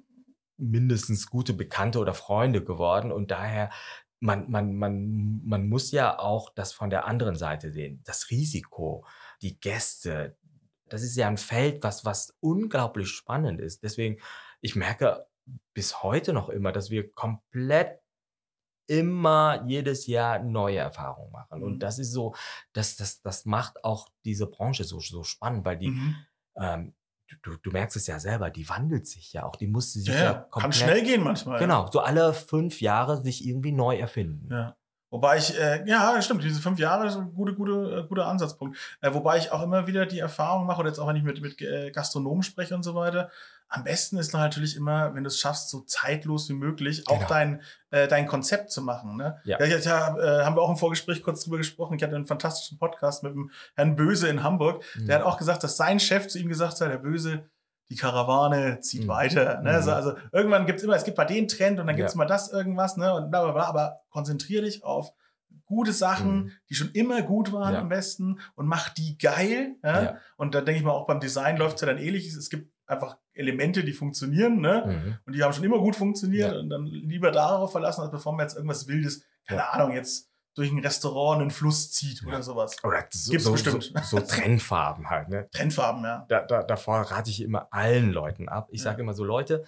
[SPEAKER 3] mindestens gute Bekannte oder Freunde geworden und daher man, man, man, man muss ja auch das von der anderen Seite sehen. Das Risiko, die Gäste, das ist ja ein Feld, was, was unglaublich spannend ist. Deswegen, ich merke bis heute noch immer, dass wir komplett immer jedes Jahr neue Erfahrungen machen.
[SPEAKER 4] Mhm.
[SPEAKER 3] Und das ist so, das, das, das macht auch diese Branche so, so spannend, weil die,
[SPEAKER 4] Mhm.
[SPEAKER 3] ähm, du, du merkst es ja selber, die wandelt sich ja auch, die muss sich
[SPEAKER 4] Ja,
[SPEAKER 3] ja,
[SPEAKER 4] ja.
[SPEAKER 3] komplett...
[SPEAKER 4] Kann schnell gehen manchmal.
[SPEAKER 3] Genau, so alle fünf Jahre sich irgendwie neu erfinden.
[SPEAKER 4] Ja. Ja. Wobei ich, äh, ja, stimmt, diese fünf Jahre ist ein guter, guter, guter Ansatzpunkt. Äh, wobei ich auch immer wieder die Erfahrung mache, oder jetzt auch wenn ich mit, mit äh, Gastronomen spreche und so weiter, am besten ist natürlich immer, wenn du es schaffst, so zeitlos wie möglich auch
[SPEAKER 3] Genau.
[SPEAKER 4] dein, äh, dein Konzept zu machen. Ne?
[SPEAKER 3] Ja.
[SPEAKER 4] Ja, ich, ja, äh, haben wir auch im Vorgespräch kurz drüber gesprochen. Ich hatte einen fantastischen Podcast mit dem Herrn Böse in Hamburg.
[SPEAKER 3] Mhm.
[SPEAKER 4] Der hat auch gesagt, dass sein Chef zu ihm gesagt hat, Herr Böse, die Karawane zieht
[SPEAKER 3] Mhm.
[SPEAKER 4] weiter. Ne?
[SPEAKER 3] Mhm.
[SPEAKER 4] Also, also irgendwann gibt es immer, es gibt mal den Trend und dann gibt es
[SPEAKER 3] Ja.
[SPEAKER 4] mal das irgendwas, ne? Und bla bla bla, aber konzentrier dich auf gute Sachen,
[SPEAKER 3] Mhm.
[SPEAKER 4] die schon immer gut waren
[SPEAKER 3] Ja.
[SPEAKER 4] am besten und mach die geil. Ja?
[SPEAKER 3] Ja.
[SPEAKER 4] Und dann denke ich mal, auch beim Design läuft es ja dann ähnlich. Es gibt einfach Elemente, die funktionieren, ne?
[SPEAKER 3] Mhm.
[SPEAKER 4] Und die haben schon immer gut funktioniert
[SPEAKER 3] Ja.
[SPEAKER 4] und dann lieber darauf verlassen, als bevor man jetzt irgendwas Wildes, keine
[SPEAKER 3] Ja.
[SPEAKER 4] Ahnung, jetzt durch ein Restaurant einen Fluss zieht
[SPEAKER 3] Ja.
[SPEAKER 4] oder sowas.
[SPEAKER 3] Oder so,
[SPEAKER 4] Gibt's
[SPEAKER 3] so,
[SPEAKER 4] bestimmt.
[SPEAKER 3] So, so Trendfarben halt, ne?
[SPEAKER 4] Trendfarben, ja.
[SPEAKER 3] Da, da, davor rate ich immer allen Leuten ab. Ich
[SPEAKER 4] Ja.
[SPEAKER 3] sage immer so, Leute,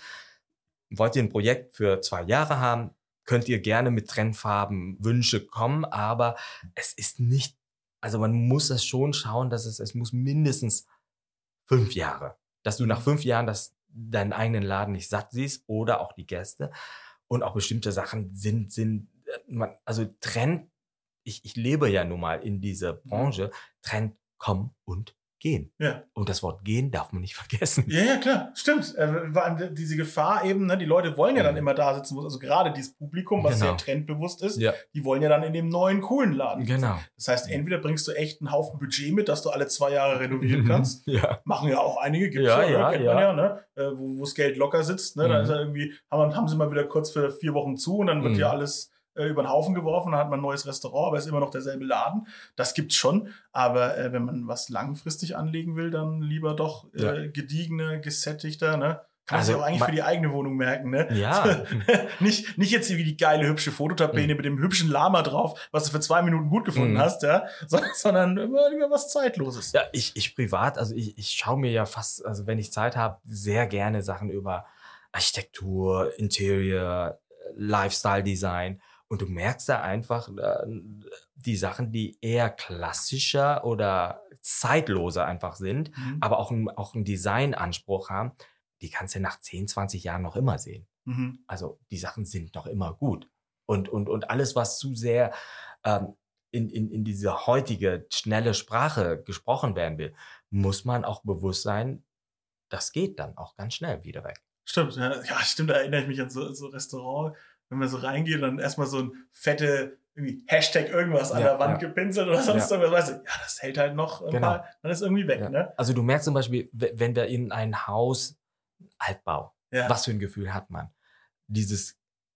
[SPEAKER 3] wollt ihr ein Projekt für zwei Jahre haben, könnt ihr gerne mit Trendfarben Wünsche kommen, aber es ist nicht, also man muss das schon schauen, dass es, es muss mindestens fünf Jahre, dass du nach fünf Jahren das, deinen eigenen Laden nicht satt siehst oder auch die Gäste und auch bestimmte Sachen sind, sind, äh, man, also Trend, ich, ich lebe ja nun mal in dieser Branche, Trend kommen und gehen.
[SPEAKER 4] Ja.
[SPEAKER 3] Und das Wort gehen darf man nicht vergessen.
[SPEAKER 4] Ja, ja, klar, stimmt. Äh, vor allem diese Gefahr eben, ne, die Leute wollen ja dann
[SPEAKER 3] Mhm.
[SPEAKER 4] immer da sitzen, also gerade dieses Publikum, was
[SPEAKER 3] Genau.
[SPEAKER 4] sehr trendbewusst ist,
[SPEAKER 3] Ja,
[SPEAKER 4] die wollen ja dann in dem neuen, coolen Laden sitzen.
[SPEAKER 3] genau.
[SPEAKER 4] Das heißt, entweder bringst du echt einen Haufen Budget mit, dass du alle zwei Jahre renovieren kannst.
[SPEAKER 3] Ja.
[SPEAKER 4] Machen ja auch einige, gibt's
[SPEAKER 3] Ja,
[SPEAKER 4] ja, ne?
[SPEAKER 3] ja,
[SPEAKER 4] kennt
[SPEAKER 3] ja.
[SPEAKER 4] man ja, ne? Äh, wo das Geld locker sitzt. Ne?
[SPEAKER 3] Mhm.
[SPEAKER 4] Da ist ja irgendwie, haben, haben sie mal wieder kurz für vier Wochen zu und dann wird
[SPEAKER 3] Mhm.
[SPEAKER 4] ja alles äh, über den Haufen geworfen, dann hat man ein neues Restaurant, aber ist immer noch derselbe Laden. Das gibt's schon. Aber äh, wenn man was langfristig anlegen will, dann lieber doch äh,
[SPEAKER 3] Ja.
[SPEAKER 4] gediegener, gesättigter, ne? Kann man
[SPEAKER 3] Also,
[SPEAKER 4] sich auch eigentlich
[SPEAKER 3] ma-
[SPEAKER 4] für die eigene Wohnung merken, ne?
[SPEAKER 3] Ja.
[SPEAKER 4] nicht, nicht jetzt wie die geile, hübsche Fototapete
[SPEAKER 3] Mhm.
[SPEAKER 4] mit dem hübschen Lama drauf, was du für zwei Minuten gut gefunden
[SPEAKER 3] Mhm.
[SPEAKER 4] hast, ja, so, sondern immer, immer was Zeitloses.
[SPEAKER 3] Ja, ich, ich privat, also ich, ich schaue mir ja fast, also wenn ich Zeit habe, sehr gerne Sachen über Architektur, Interior, Lifestyle Design. Und du merkst da einfach äh, die Sachen, die eher klassischer oder zeitloser einfach sind,
[SPEAKER 4] Mhm.
[SPEAKER 3] aber auch, ein, auch einen Designanspruch haben, die kannst du nach zehn, zwanzig Jahren noch immer sehen.
[SPEAKER 4] Mhm.
[SPEAKER 3] Also die Sachen sind noch immer gut. Und, und, und alles, was zu sehr ähm, in, in, in diese heutige schnelle Sprache gesprochen werden will, muss man auch bewusst sein, das geht dann auch ganz schnell wieder weg.
[SPEAKER 4] Stimmt, ja, ja, stimmt, da erinnere ich mich an so, so Restaurant, wenn man so reingeht und dann erstmal so ein fette irgendwie Hashtag irgendwas an
[SPEAKER 3] Ja,
[SPEAKER 4] der Wand
[SPEAKER 3] ja.
[SPEAKER 4] gepinselt oder sonst
[SPEAKER 3] Ja.
[SPEAKER 4] irgendwas, weißt du, ja, das hält halt noch ein
[SPEAKER 3] Genau.
[SPEAKER 4] paar, dann ist irgendwie weg,
[SPEAKER 3] Ja.
[SPEAKER 4] ne?
[SPEAKER 3] Also du merkst zum Beispiel, w- wenn wir in ein Haus, Altbau,
[SPEAKER 4] Ja.
[SPEAKER 3] was für ein Gefühl hat man? Dieses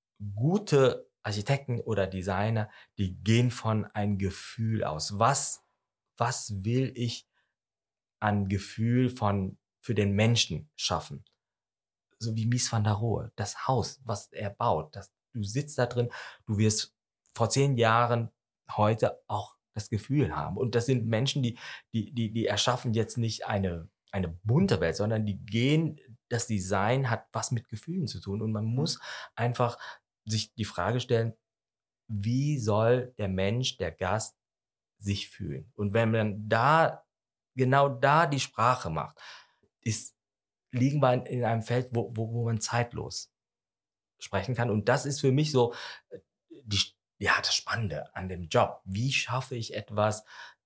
[SPEAKER 3] gute Architekten oder Designer, die gehen von einem Gefühl aus. Was, was will ich an Gefühl von, für den Menschen schaffen? So wie Mies van der Rohe, das Haus, was er baut, das, du sitzt da drin, du wirst vor zehn Jahren heute auch das Gefühl haben. Und das sind Menschen, die, die, die, die erschaffen jetzt nicht eine, eine bunte Welt, sondern die gehen, das Design hat was mit Gefühlen zu tun. Und man muss einfach sich die Frage stellen, wie soll der Mensch, der Gast sich fühlen? Und wenn man da, genau da die Sprache macht, ist, liegen wir in, in einem Feld, wo, wo, wo man zeitlos sprechen kann. Und das ist für mich so äh, die, ja, das Spannende an dem Job. Wie schaffe ich etwas,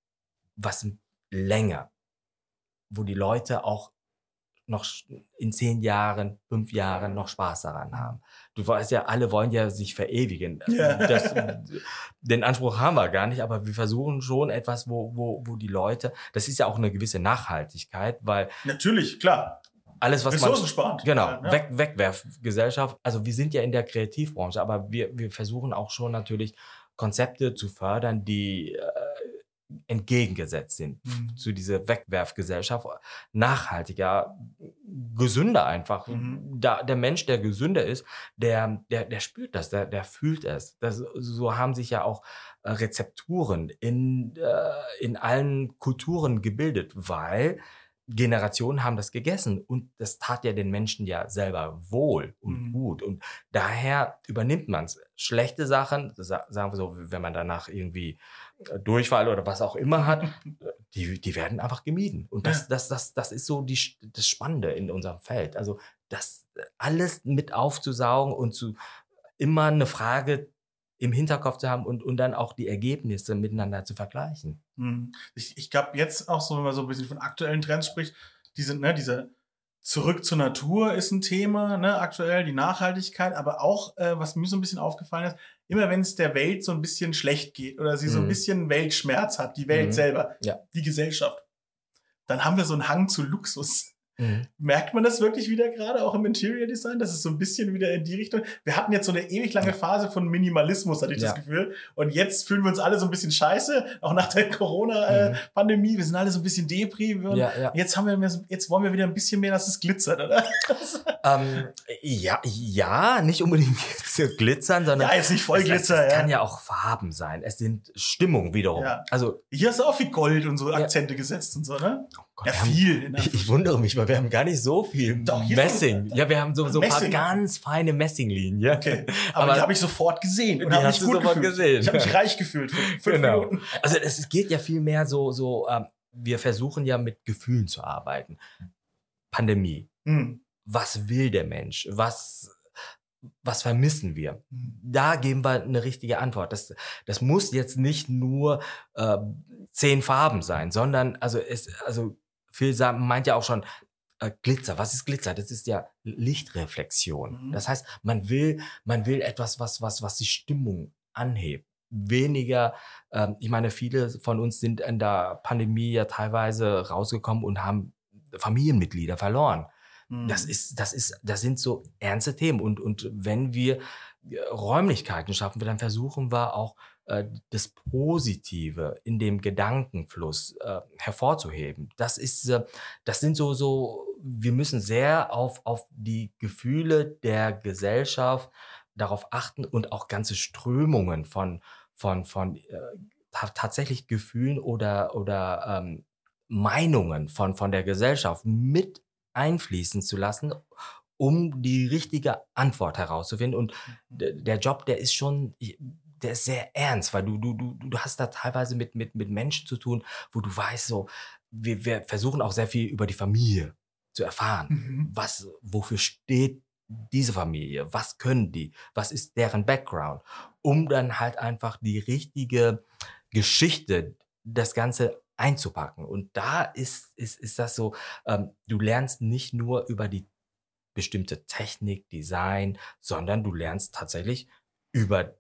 [SPEAKER 3] was länger, wo die Leute auch noch in zehn Jahren, fünf Jahren noch Spaß daran haben. Du weißt ja, alle wollen ja sich verewigen.
[SPEAKER 4] Ja.
[SPEAKER 3] Das, den Anspruch haben wir gar nicht, aber wir versuchen schon etwas, wo, wo, wo die Leute, das ist ja auch eine gewisse Nachhaltigkeit, weil
[SPEAKER 4] Natürlich, klar.
[SPEAKER 3] alles, was man...
[SPEAKER 4] Ressourcensparend.
[SPEAKER 3] Genau,
[SPEAKER 4] Ja.
[SPEAKER 3] Weg, Wegwerfgesellschaft. Also wir sind ja in der Kreativbranche, aber wir, wir versuchen auch schon natürlich Konzepte zu fördern, die äh, entgegengesetzt sind
[SPEAKER 4] Mhm.
[SPEAKER 3] zu dieser Wegwerfgesellschaft. Nachhaltiger, gesünder einfach.
[SPEAKER 4] Mhm.
[SPEAKER 3] Da, der Mensch, der gesünder ist, der, der, der spürt das, der, der fühlt es. Das, so haben sich ja auch äh, Rezepturen in, äh, in allen Kulturen gebildet, weil Generationen haben das gegessen und das tat ja den Menschen ja selber wohl und
[SPEAKER 4] Mhm.
[SPEAKER 3] gut und daher übernimmt man es. Schlechte Sachen, sa- sagen wir so, wenn man danach irgendwie äh, Durchfall oder was auch immer hat, die, die werden einfach gemieden. Und das,
[SPEAKER 4] Ja.
[SPEAKER 3] das, das, das ist so die, das Spannende in unserem Feld. Also das alles mit aufzusaugen und zu immer eine Frage im Hinterkopf zu haben und, und dann auch die Ergebnisse miteinander zu vergleichen.
[SPEAKER 4] Mhm. Ich, ich glaube jetzt auch so, wenn man so ein bisschen von aktuellen Trends spricht, die sind, ne, diese Zurück zur Natur ist ein Thema, ne, aktuell, die Nachhaltigkeit, aber auch, äh, was mir so ein bisschen aufgefallen ist, immer wenn es der Welt so ein bisschen schlecht geht oder sie so ein
[SPEAKER 3] Mhm.
[SPEAKER 4] bisschen Weltschmerz hat, die Welt
[SPEAKER 3] Mhm.
[SPEAKER 4] selber,
[SPEAKER 3] Ja.
[SPEAKER 4] die Gesellschaft, dann haben wir so einen Hang zu Luxus.
[SPEAKER 3] Mhm.
[SPEAKER 4] Merkt man das wirklich wieder gerade, auch im Interior Design, dass es so ein bisschen wieder in die Richtung. Wir hatten jetzt so eine ewig lange Phase von Minimalismus, hatte ich
[SPEAKER 3] Ja.
[SPEAKER 4] das Gefühl. Und jetzt fühlen wir uns alle so ein bisschen scheiße, auch nach der Corona-Pandemie. Wir sind alle so ein bisschen Depri. Und
[SPEAKER 3] Ja, ja.
[SPEAKER 4] Jetzt, haben wir mehr, so- jetzt wollen wir wieder ein bisschen mehr, dass es glitzert, oder?
[SPEAKER 3] Ähm, ja, ja, nicht unbedingt zu glitzern, sondern
[SPEAKER 4] Ja, jetzt nicht voll
[SPEAKER 3] es,
[SPEAKER 4] Glitzer,
[SPEAKER 3] es, es
[SPEAKER 4] ja.
[SPEAKER 3] kann ja auch Farben sein. Es sind Stimmung wiederum.
[SPEAKER 4] Ja.
[SPEAKER 3] Also,
[SPEAKER 4] Hier hast du auch viel Gold und so
[SPEAKER 3] Ja.
[SPEAKER 4] Akzente gesetzt und so, ne?
[SPEAKER 3] oh Gott,
[SPEAKER 4] Ja,
[SPEAKER 3] wir haben-
[SPEAKER 4] viel. in
[SPEAKER 3] Ich, ich wundere mich, weil wir haben gar nicht so viel
[SPEAKER 4] Doch, hier ist
[SPEAKER 3] Messing.
[SPEAKER 4] so-
[SPEAKER 3] Ja, wir haben so, so ein paar
[SPEAKER 4] Messing.
[SPEAKER 3] ganz feine Messinglinien. Ja.
[SPEAKER 4] Okay, aber,
[SPEAKER 3] Aber
[SPEAKER 4] die habe ich sofort gesehen und
[SPEAKER 3] die
[SPEAKER 4] habe
[SPEAKER 3] hast
[SPEAKER 4] mich
[SPEAKER 3] du
[SPEAKER 4] gut
[SPEAKER 3] sofort
[SPEAKER 4] gefühlt.
[SPEAKER 3] gesehen.
[SPEAKER 4] Ich habe mich reich gefühlt für fünf
[SPEAKER 3] Genau.
[SPEAKER 4] Minuten.
[SPEAKER 3] Also es geht ja viel mehr so, so ähm, wir versuchen ja mit Gefühlen zu arbeiten. Pandemie.
[SPEAKER 4] Hm.
[SPEAKER 3] Was will der Mensch? Was, was vermissen wir? Da geben wir eine richtige Antwort. Das, das muss jetzt nicht nur äh, zehn Farben sein, sondern also es, also Phil sa- meint ja auch schon äh, Glitzer. Was ist Glitzer? Das ist ja Lichtreflexion.
[SPEAKER 4] Mhm.
[SPEAKER 3] Das heißt, man will, man will etwas, was, was, was die Stimmung anhebt. Weniger, ähm, ich meine, viele von uns sind in der Pandemie ja teilweise rausgekommen und haben Familienmitglieder verloren.
[SPEAKER 4] Hm.
[SPEAKER 3] Das ist, das ist, das sind so ernste Themen. Und, und wenn wir äh, Räumlichkeiten schaffen, dann versuchen wir auch äh, das Positive in dem Gedankenfluss äh, hervorzuheben. Das ist, äh, das sind so, so, wir müssen sehr auf, auf die Gefühle der Gesellschaft darauf achten und auch ganze Strömungen von, von, von äh, ta tatsächlich Gefühlen oder, oder ähm, Meinungen von, von der Gesellschaft mit einfließen zu lassen, um die richtige Antwort herauszufinden. Und d- der Job, der ist schon, der ist sehr ernst, weil du, du, du, du hast da teilweise mit, mit, mit Menschen zu tun, wo du weißt, so, wir, wir versuchen auch sehr viel über die Familie zu erfahren.
[SPEAKER 4] Mhm.
[SPEAKER 3] Was, wofür steht diese Familie? Was können die? Was ist deren Background? Um dann halt einfach die richtige Geschichte, das Ganze einzupacken. Und da ist, ist, ist das so, ähm, du lernst nicht nur über die bestimmte Technik, Design, sondern du lernst tatsächlich über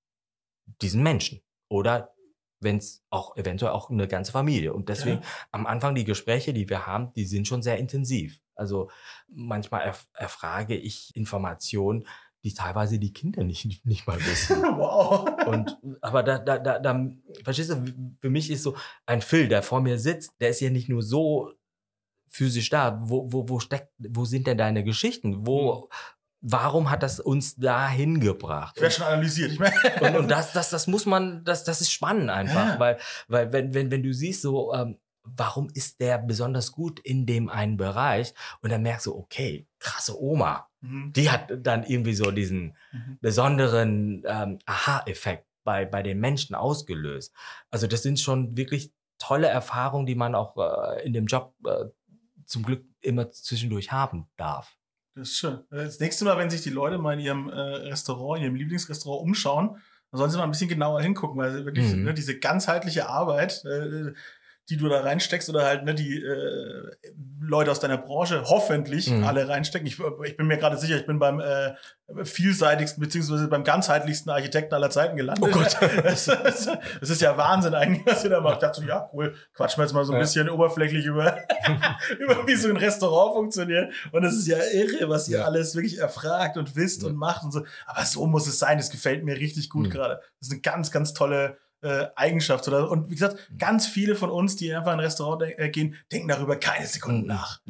[SPEAKER 3] diesen Menschen oder wenn es auch eventuell auch eine ganze Familie. Und deswegen
[SPEAKER 4] Ja.
[SPEAKER 3] am Anfang die Gespräche, die wir haben, die sind schon sehr intensiv. Also manchmal erf erfrage ich Informationen, die teilweise die Kinder nicht, nicht mal wissen.
[SPEAKER 4] Wow.
[SPEAKER 3] Und, aber da, da, da, da, verstehst du, für mich ist so ein Phil, der vor mir sitzt, der ist ja nicht nur so physisch da. Wo, wo, wo steckt, wo sind denn deine Geschichten? Wo, warum hat das uns dahin gebracht?
[SPEAKER 4] Ich werde schon analysiert. Ich meine,
[SPEAKER 3] Und, und das, das, das muss man, das, das ist spannend einfach,
[SPEAKER 4] Ja.
[SPEAKER 3] weil, weil wenn, wenn, wenn du siehst, so, ähm, warum ist der besonders gut in dem einen Bereich? Und dann merkst du, okay, krasse Oma,
[SPEAKER 4] Mhm.
[SPEAKER 3] die hat dann irgendwie so diesen
[SPEAKER 4] Mhm.
[SPEAKER 3] besonderen ähm, Aha-Effekt bei, bei den Menschen ausgelöst. Also das sind schon wirklich tolle Erfahrungen, die man auch äh, in dem Job äh, zum Glück immer zwischendurch haben darf.
[SPEAKER 4] Das ist schön. Das nächste Mal, wenn sich die Leute mal in ihrem äh, Restaurant, in ihrem Lieblingsrestaurant umschauen, dann sollen sie mal ein bisschen genauer hingucken, weil wirklich
[SPEAKER 3] Mhm.
[SPEAKER 4] ne, diese ganzheitliche Arbeit, äh, die du da reinsteckst oder halt ne, die äh, Leute aus deiner Branche hoffentlich
[SPEAKER 3] Mhm.
[SPEAKER 4] alle reinstecken. Ich, ich bin mir gerade sicher, ich bin beim äh, vielseitigsten beziehungsweise beim ganzheitlichsten Architekten aller Zeiten gelandet.
[SPEAKER 3] Oh Gott.
[SPEAKER 4] Das, das, das ist ja Wahnsinn eigentlich, was ihr da macht. Ich dachte so, ja cool, quatschen wir jetzt mal so ein
[SPEAKER 3] Ja.
[SPEAKER 4] bisschen oberflächlich über, über wie so ein Restaurant funktioniert. Und es ist ja irre, was ihr
[SPEAKER 3] Ja.
[SPEAKER 4] alles wirklich erfragt und wisst
[SPEAKER 3] Ja.
[SPEAKER 4] und macht und so. Aber so muss es sein. Das gefällt mir richtig gut
[SPEAKER 3] Mhm.
[SPEAKER 4] gerade. Das ist eine ganz, ganz tolle äh, Eigenschaft. Oder? Und wie gesagt, ganz viele von uns, die einfach in ein Restaurant de- äh, gehen, denken darüber keine Sekunde nach.
[SPEAKER 3] Ja.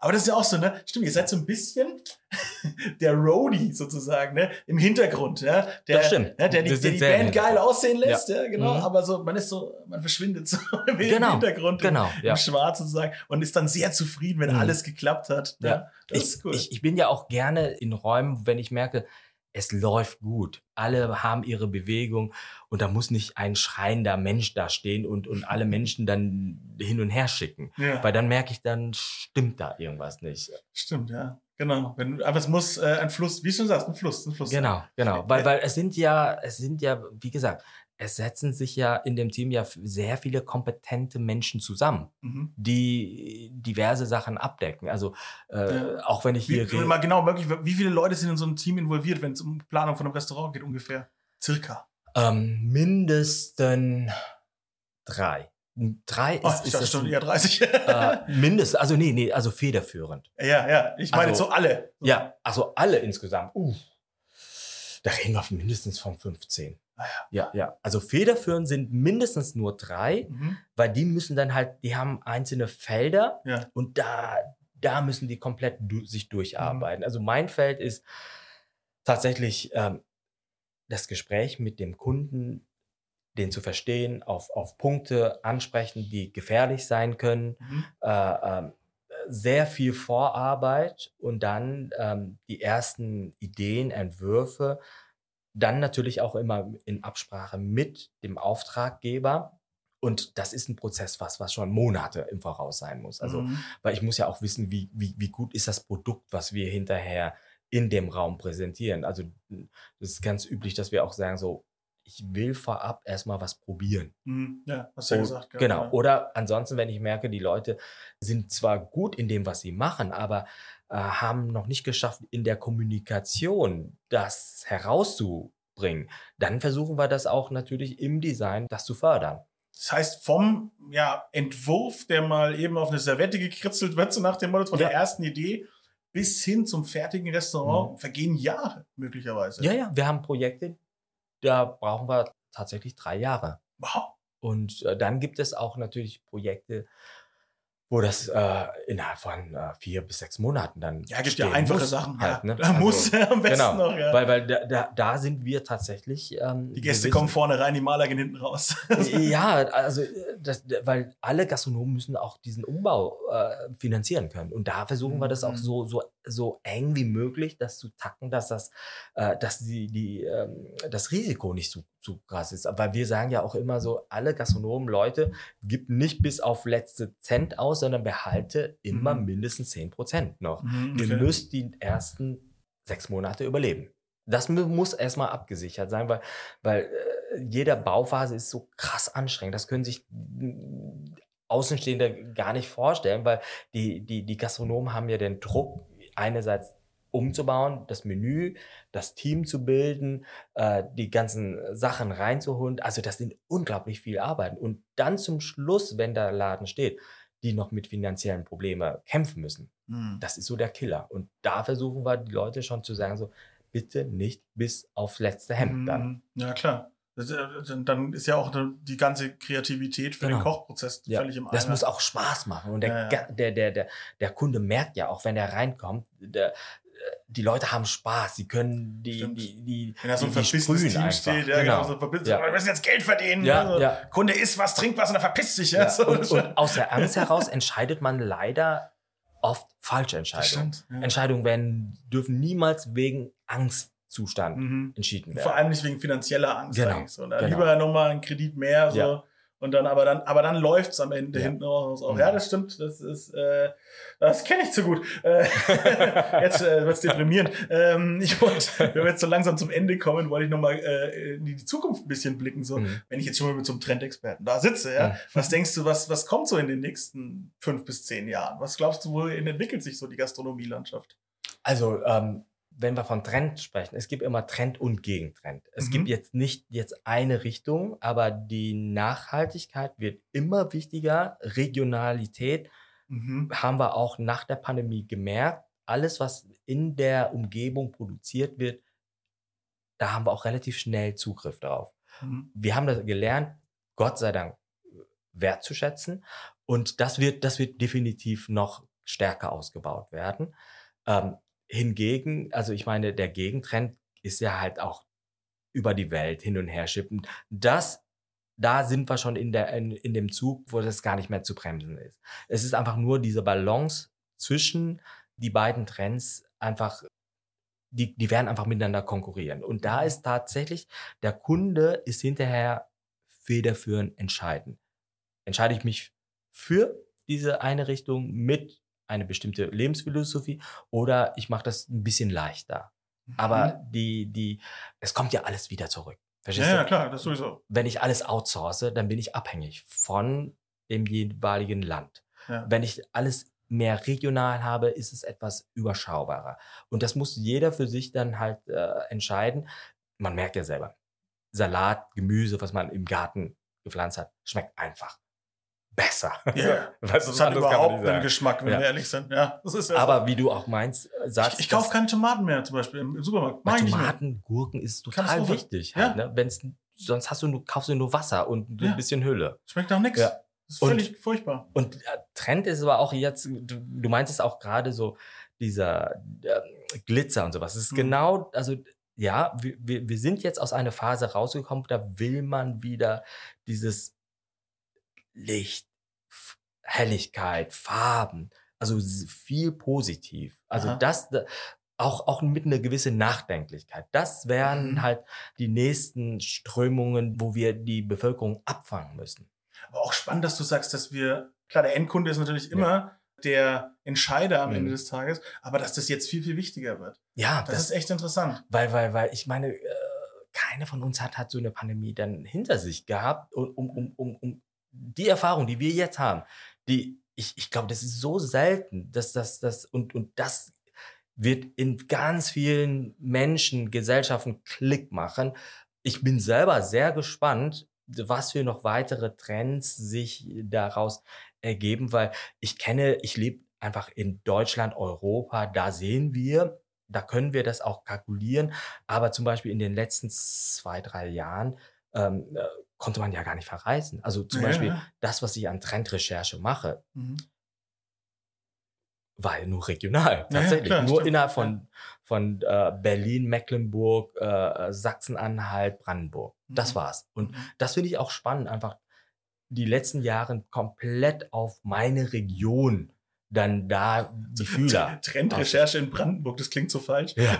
[SPEAKER 4] Aber das ist ja auch so, ne? Stimmt, ihr seid so ein bisschen der Roadie sozusagen, ne? Im Hintergrund, ja? Der,
[SPEAKER 3] Das stimmt.
[SPEAKER 4] Ne? Der, die,
[SPEAKER 3] Wir
[SPEAKER 4] der
[SPEAKER 3] sind
[SPEAKER 4] die
[SPEAKER 3] sehr im
[SPEAKER 4] Band geil
[SPEAKER 3] Hintergrund.
[SPEAKER 4] aussehen lässt, ja,
[SPEAKER 3] Ja.
[SPEAKER 4] genau.
[SPEAKER 3] Mhm.
[SPEAKER 4] Aber so, man ist so, man verschwindet so im
[SPEAKER 3] Genau,
[SPEAKER 4] Hintergrund,
[SPEAKER 3] genau,
[SPEAKER 4] im,
[SPEAKER 3] ja.
[SPEAKER 4] im Schwarz sozusagen und ist dann sehr zufrieden, wenn
[SPEAKER 3] Mhm.
[SPEAKER 4] alles geklappt hat. Ja.
[SPEAKER 3] Ja.
[SPEAKER 4] Das
[SPEAKER 3] Ich,
[SPEAKER 4] ist cool.
[SPEAKER 3] ich, ich bin ja auch gerne in Räumen, wenn ich merke, es läuft gut. Alle haben ihre Bewegung und da muss nicht ein schreiender Mensch da stehen und, und alle Menschen dann hin und her schicken.
[SPEAKER 4] Ja.
[SPEAKER 3] Weil dann merke ich, dann stimmt da irgendwas nicht.
[SPEAKER 4] Stimmt, ja. Genau. Wenn, aber es muss äh, ein Fluss, wie du schon sagst, ein Fluss, ein Fluss sein.
[SPEAKER 3] Genau, genau. Weil, weil es sind ja, es sind ja, wie gesagt, es setzen sich ja in dem Team ja sehr viele kompetente Menschen zusammen,
[SPEAKER 4] Mhm.
[SPEAKER 3] die diverse Sachen abdecken. Also äh,
[SPEAKER 4] Ja.
[SPEAKER 3] auch wenn ich
[SPEAKER 4] Wie,
[SPEAKER 3] hier rede.
[SPEAKER 4] mal genau, wirklich, wie viele Leute sind in so einem Team involviert, wenn es um Planung von einem Restaurant geht, ungefähr? Circa.
[SPEAKER 3] Ähm, mindestens drei. Drei
[SPEAKER 4] Oh,
[SPEAKER 3] ist,
[SPEAKER 4] ich
[SPEAKER 3] ist
[SPEAKER 4] dachte
[SPEAKER 3] das
[SPEAKER 4] schon eher dreißig.
[SPEAKER 3] äh, mindestens, also nee, nee, also federführend.
[SPEAKER 4] ja, ja. Ich meine
[SPEAKER 3] Also-
[SPEAKER 4] so alle. So.
[SPEAKER 3] Ja, also alle insgesamt. Uh, da reden wir von mindestens von fünfzehn.
[SPEAKER 4] Ah,
[SPEAKER 3] Ja, ja. Also federführend sind mindestens nur drei,
[SPEAKER 4] Mhm.
[SPEAKER 3] weil die müssen dann halt, die haben einzelne Felder
[SPEAKER 4] Ja.
[SPEAKER 3] und da, da müssen die komplett du, sich durcharbeiten.
[SPEAKER 4] Mhm.
[SPEAKER 3] Also mein Feld ist tatsächlich ähm, das Gespräch mit dem Kunden, den zu verstehen, auf, auf Punkte ansprechen, die gefährlich sein können,
[SPEAKER 4] Mhm.
[SPEAKER 3] äh, ähm, sehr viel Vorarbeit und dann ähm, die ersten Ideen, Entwürfe, dann natürlich auch immer in Absprache mit dem Auftraggeber. Und das ist ein Prozess, was, was schon Monate im Voraus sein muss. Also,
[SPEAKER 4] Mhm.
[SPEAKER 3] weil ich muss ja auch wissen, wie, wie, wie gut ist das Produkt, was wir hinterher in dem Raum präsentieren. Also das ist ganz üblich, dass wir auch sagen, so, ich will vorab erstmal was probieren.
[SPEAKER 4] Mhm. Ja, hast du ja
[SPEAKER 3] Oh,
[SPEAKER 4] gesagt. ja.
[SPEAKER 3] genau.
[SPEAKER 4] Ja.
[SPEAKER 3] Oder ansonsten, wenn ich merke, die Leute sind zwar gut in dem, was sie machen, aber äh, haben noch nicht geschafft, in der Kommunikation das herauszubringen, dann versuchen wir das auch natürlich im Design, das zu fördern.
[SPEAKER 4] Das heißt, vom ja, Entwurf, der mal eben auf eine Servette gekritzelt wird, so nach dem Motto von
[SPEAKER 3] Ja.
[SPEAKER 4] der ersten Idee, bis hin zum fertigen Restaurant, vergehen Jahre möglicherweise.
[SPEAKER 3] Ja, ja, wir haben Projekte, da brauchen wir tatsächlich drei Jahre.
[SPEAKER 4] Wow.
[SPEAKER 3] Und äh, dann gibt es auch natürlich Projekte, wo das äh, innerhalb von äh, vier bis sechs Monaten dann
[SPEAKER 4] Ja, gibt
[SPEAKER 3] stehen
[SPEAKER 4] ja einfache
[SPEAKER 3] muss,
[SPEAKER 4] Sachen.
[SPEAKER 3] Halt,
[SPEAKER 4] ja.
[SPEAKER 3] ne?
[SPEAKER 4] Da muss
[SPEAKER 3] Also,
[SPEAKER 4] am besten
[SPEAKER 3] genau,
[SPEAKER 4] noch, ja.
[SPEAKER 3] weil, weil da, da, da sind wir tatsächlich. Ähm,
[SPEAKER 4] Die Gäste
[SPEAKER 3] wir
[SPEAKER 4] kommen
[SPEAKER 3] wissen-
[SPEAKER 4] vorne rein, die Maler gehen hinten raus.
[SPEAKER 3] Ja, also äh, das, weil alle Gastronomen müssen auch diesen Umbau äh, finanzieren können. Und da versuchen wir das auch
[SPEAKER 4] Mhm.
[SPEAKER 3] so, so, so eng wie möglich, das zu tacken, dass das, äh, dass die, die, ähm, das Risiko nicht zu, zu krass ist. Weil wir sagen ja auch immer so, alle Gastronomen, Leute, gib nicht bis auf letzte Cent aus, sondern behalte immer
[SPEAKER 4] Mhm.
[SPEAKER 3] mindestens zehn Prozent noch.
[SPEAKER 4] Mhm,
[SPEAKER 3] Ihr
[SPEAKER 4] okay.
[SPEAKER 3] müsst die ersten sechs Monate überleben. Das mu- muss erstmal abgesichert sein, weil, weil äh, jeder Bauphase ist so krass anstrengend. Das können sich mm, Außenstehende gar nicht vorstellen, weil die, die, die Gastronomen haben ja den Druck, einerseits umzubauen, das Menü, das Team zu bilden, äh, die ganzen Sachen reinzuholen. Also das sind unglaublich viel Arbeit. Und dann zum Schluss, wenn der Laden steht, die noch mit finanziellen Problemen kämpfen müssen.
[SPEAKER 4] Mhm.
[SPEAKER 3] Das ist so der Killer. Und da versuchen wir die Leute schon zu sagen, so, bitte nicht bis aufs letzte Hemd dann.
[SPEAKER 4] Mhm. Ja, klar. Das, äh, dann- dann ist ja auch die ganze Kreativität für
[SPEAKER 3] Genau.
[SPEAKER 4] den Kochprozess
[SPEAKER 3] Ja,
[SPEAKER 4] völlig im Eimer.
[SPEAKER 3] das muss auch Spaß machen. Und der,
[SPEAKER 4] Ja, ja.
[SPEAKER 3] Ga- der, der, der, der Kunde merkt ja auch, wenn er reinkommt, der, die Leute haben Spaß. Sie können die,
[SPEAKER 4] Stimmt.
[SPEAKER 3] die, die,
[SPEAKER 4] Wenn da so ein
[SPEAKER 3] die, die
[SPEAKER 4] verbissenes
[SPEAKER 3] sprühen
[SPEAKER 4] Team
[SPEAKER 3] einfach.
[SPEAKER 4] steht, ja, genau. so ein verbissenes,
[SPEAKER 3] Ja.
[SPEAKER 4] wir müssen jetzt Geld verdienen.
[SPEAKER 3] Ja,
[SPEAKER 4] also,
[SPEAKER 3] ja.
[SPEAKER 4] Kunde isst was, trinkt was und dann verpisst sich. Ja.
[SPEAKER 3] Ja.
[SPEAKER 4] So,
[SPEAKER 3] Und, und aus der Angst heraus entscheidet man leider oft falsche
[SPEAKER 4] das
[SPEAKER 3] Entscheidungen.
[SPEAKER 4] stimmt. Ja.
[SPEAKER 3] Entscheidungen werden, dürfen niemals wegen Angstzustand
[SPEAKER 4] Mhm.
[SPEAKER 3] entschieden werden.
[SPEAKER 4] Vor allem nicht wegen finanzieller Angst.
[SPEAKER 3] Genau,
[SPEAKER 4] eigentlich So, ne?
[SPEAKER 3] genau.
[SPEAKER 4] Lieber nochmal einen Kredit mehr. So.
[SPEAKER 3] Ja.
[SPEAKER 4] Und dann, aber dann, aber dann läuft es am Ende
[SPEAKER 3] Ja.
[SPEAKER 4] hinten raus auch.
[SPEAKER 3] Mhm.
[SPEAKER 4] Ja, das stimmt. Das ist, äh, das kenne ich zu gut. Äh, jetzt äh, wird es deprimierend. Ähm, ich wollte, wenn wir jetzt so langsam zum Ende kommen, wollte ich nochmal äh, in die Zukunft ein bisschen blicken. So,
[SPEAKER 3] Mhm.
[SPEAKER 4] wenn ich jetzt schon mal mit so einem Trendexperten da sitze, ja,
[SPEAKER 3] Mhm.
[SPEAKER 4] was denkst du, was, was kommt so in den nächsten fünf bis zehn Jahren? Was glaubst du, wohin entwickelt sich so die Gastronomielandschaft?
[SPEAKER 3] Also, ähm, wenn wir von Trend sprechen, es gibt immer Trend und Gegentrend. Es
[SPEAKER 4] Mhm.
[SPEAKER 3] gibt jetzt nicht jetzt eine Richtung, aber die Nachhaltigkeit wird immer wichtiger. Regionalität
[SPEAKER 4] Mhm.
[SPEAKER 3] haben wir auch nach der Pandemie gemerkt. Alles, was in der Umgebung produziert wird, da haben wir auch relativ schnell Zugriff drauf.
[SPEAKER 4] Mhm.
[SPEAKER 3] Wir haben das gelernt, Gott sei Dank, wertzuschätzen. Und das wird, das wird definitiv noch stärker ausgebaut werden. Ähm, hingegen, also ich meine, der Gegentrend ist ja halt auch über die Welt hin und her schippen. Das, da sind wir schon in, der, in, in dem Zug, wo das gar nicht mehr zu bremsen ist. Es ist einfach nur diese Balance zwischen die beiden Trends einfach, die, die werden einfach miteinander konkurrieren. Und da ist tatsächlich, der Kunde ist hinterher federführend entscheidend. Entscheide ich mich für diese eine Richtung mit einer bestimmten Lebensphilosophie oder ich mache das ein bisschen leichter. Aber die, die, es kommt ja alles wieder zurück. Verstehst
[SPEAKER 4] Ja,
[SPEAKER 3] du?
[SPEAKER 4] ja, klar, das sowieso.
[SPEAKER 3] Wenn ich alles outsource, dann bin ich abhängig von dem jeweiligen Land.
[SPEAKER 4] Ja.
[SPEAKER 3] Wenn ich alles mehr regional habe, ist es etwas überschaubarer. Und das muss jeder für sich dann halt äh, entscheiden. Man merkt ja selber, Salat, Gemüse, was man im Garten gepflanzt hat, schmeckt einfach besser.
[SPEAKER 4] Ja,
[SPEAKER 3] Was
[SPEAKER 4] das hat
[SPEAKER 3] anderes kann man
[SPEAKER 4] überhaupt
[SPEAKER 3] nicht
[SPEAKER 4] einen
[SPEAKER 3] sagen.
[SPEAKER 4] Geschmack, wenn
[SPEAKER 3] Ja.
[SPEAKER 4] wir ehrlich sind. Ja, das ist ja
[SPEAKER 3] Aber
[SPEAKER 4] so.
[SPEAKER 3] wie du auch meinst, sagst
[SPEAKER 4] Ich, ich kaufe keine Tomaten mehr, zum Beispiel im Supermarkt. Mach
[SPEAKER 3] bei
[SPEAKER 4] ich nicht mehr.
[SPEAKER 3] Tomaten, Gurken ist total
[SPEAKER 4] Katastrophe.
[SPEAKER 3] wichtig. Halt,
[SPEAKER 4] Ja.
[SPEAKER 3] ne? Wenn's, sonst hast du nur, kaufst du nur Wasser und ein
[SPEAKER 4] Ja.
[SPEAKER 3] bisschen Hülle.
[SPEAKER 4] Schmeckt auch nichts.
[SPEAKER 3] Ja.
[SPEAKER 4] Das ist
[SPEAKER 3] Und-
[SPEAKER 4] völlig furchtbar.
[SPEAKER 3] Und äh, Trend ist aber auch jetzt, du, du meinst es auch gerade so, dieser äh, Glitzer und sowas. Es ist
[SPEAKER 4] Mhm.
[SPEAKER 3] genau, also ja, wir, wir wir sind jetzt aus einer Phase rausgekommen, da will man wieder dieses Licht, F- Helligkeit, Farben, also s- viel positiv. Also
[SPEAKER 4] Aha.
[SPEAKER 3] das, da- auch, auch mit einer gewissen Nachdenklichkeit. Das wären
[SPEAKER 4] Mhm.
[SPEAKER 3] halt die nächsten Strömungen, wo wir die Bevölkerung abfangen müssen.
[SPEAKER 4] Aber auch spannend, dass du sagst, dass wir, klar, der Endkunde ist natürlich immer der Entscheider am
[SPEAKER 3] Mhm.
[SPEAKER 4] Ende des Tages, aber dass das jetzt viel, viel wichtiger wird.
[SPEAKER 3] Ja,
[SPEAKER 4] Das, ist echt interessant.
[SPEAKER 3] Weil, weil, weil ich meine, äh, keine von uns hat, hat so eine Pandemie dann hinter sich gehabt. Und um, um, um, um die Erfahrung, die wir jetzt haben, die, ich, ich glaube, das ist so selten, dass das, das, und, und das wird in ganz vielen Menschen, Gesellschaften Klick machen. Ich bin selber sehr gespannt, was für noch weitere Trends sich daraus ergeben, weil ich kenne, ich lebe einfach in Deutschland, Europa, da sehen wir, da können wir das auch kalkulieren, aber zum Beispiel in den letzten zwei, drei Jahren ähm, äh, konnte man ja gar nicht verreisen. Also zum
[SPEAKER 4] Ja,
[SPEAKER 3] Beispiel
[SPEAKER 4] ja.
[SPEAKER 3] das, was ich an Trendrecherche mache,
[SPEAKER 4] Mhm.
[SPEAKER 3] war ja nur regional,
[SPEAKER 4] Ja, ja,
[SPEAKER 3] tatsächlich.
[SPEAKER 4] klar,
[SPEAKER 3] nur
[SPEAKER 4] stimmt,
[SPEAKER 3] innerhalb von, von äh, Berlin, Mecklenburg, äh, Sachsen-Anhalt, Brandenburg. Das
[SPEAKER 4] Mhm.
[SPEAKER 3] war's. Und
[SPEAKER 4] Mhm.
[SPEAKER 3] das finde ich auch spannend, einfach die letzten Jahre komplett auf meine Region dann da die Fühler.
[SPEAKER 4] Trendrecherche in Brandenburg, das klingt so falsch.
[SPEAKER 3] Ja.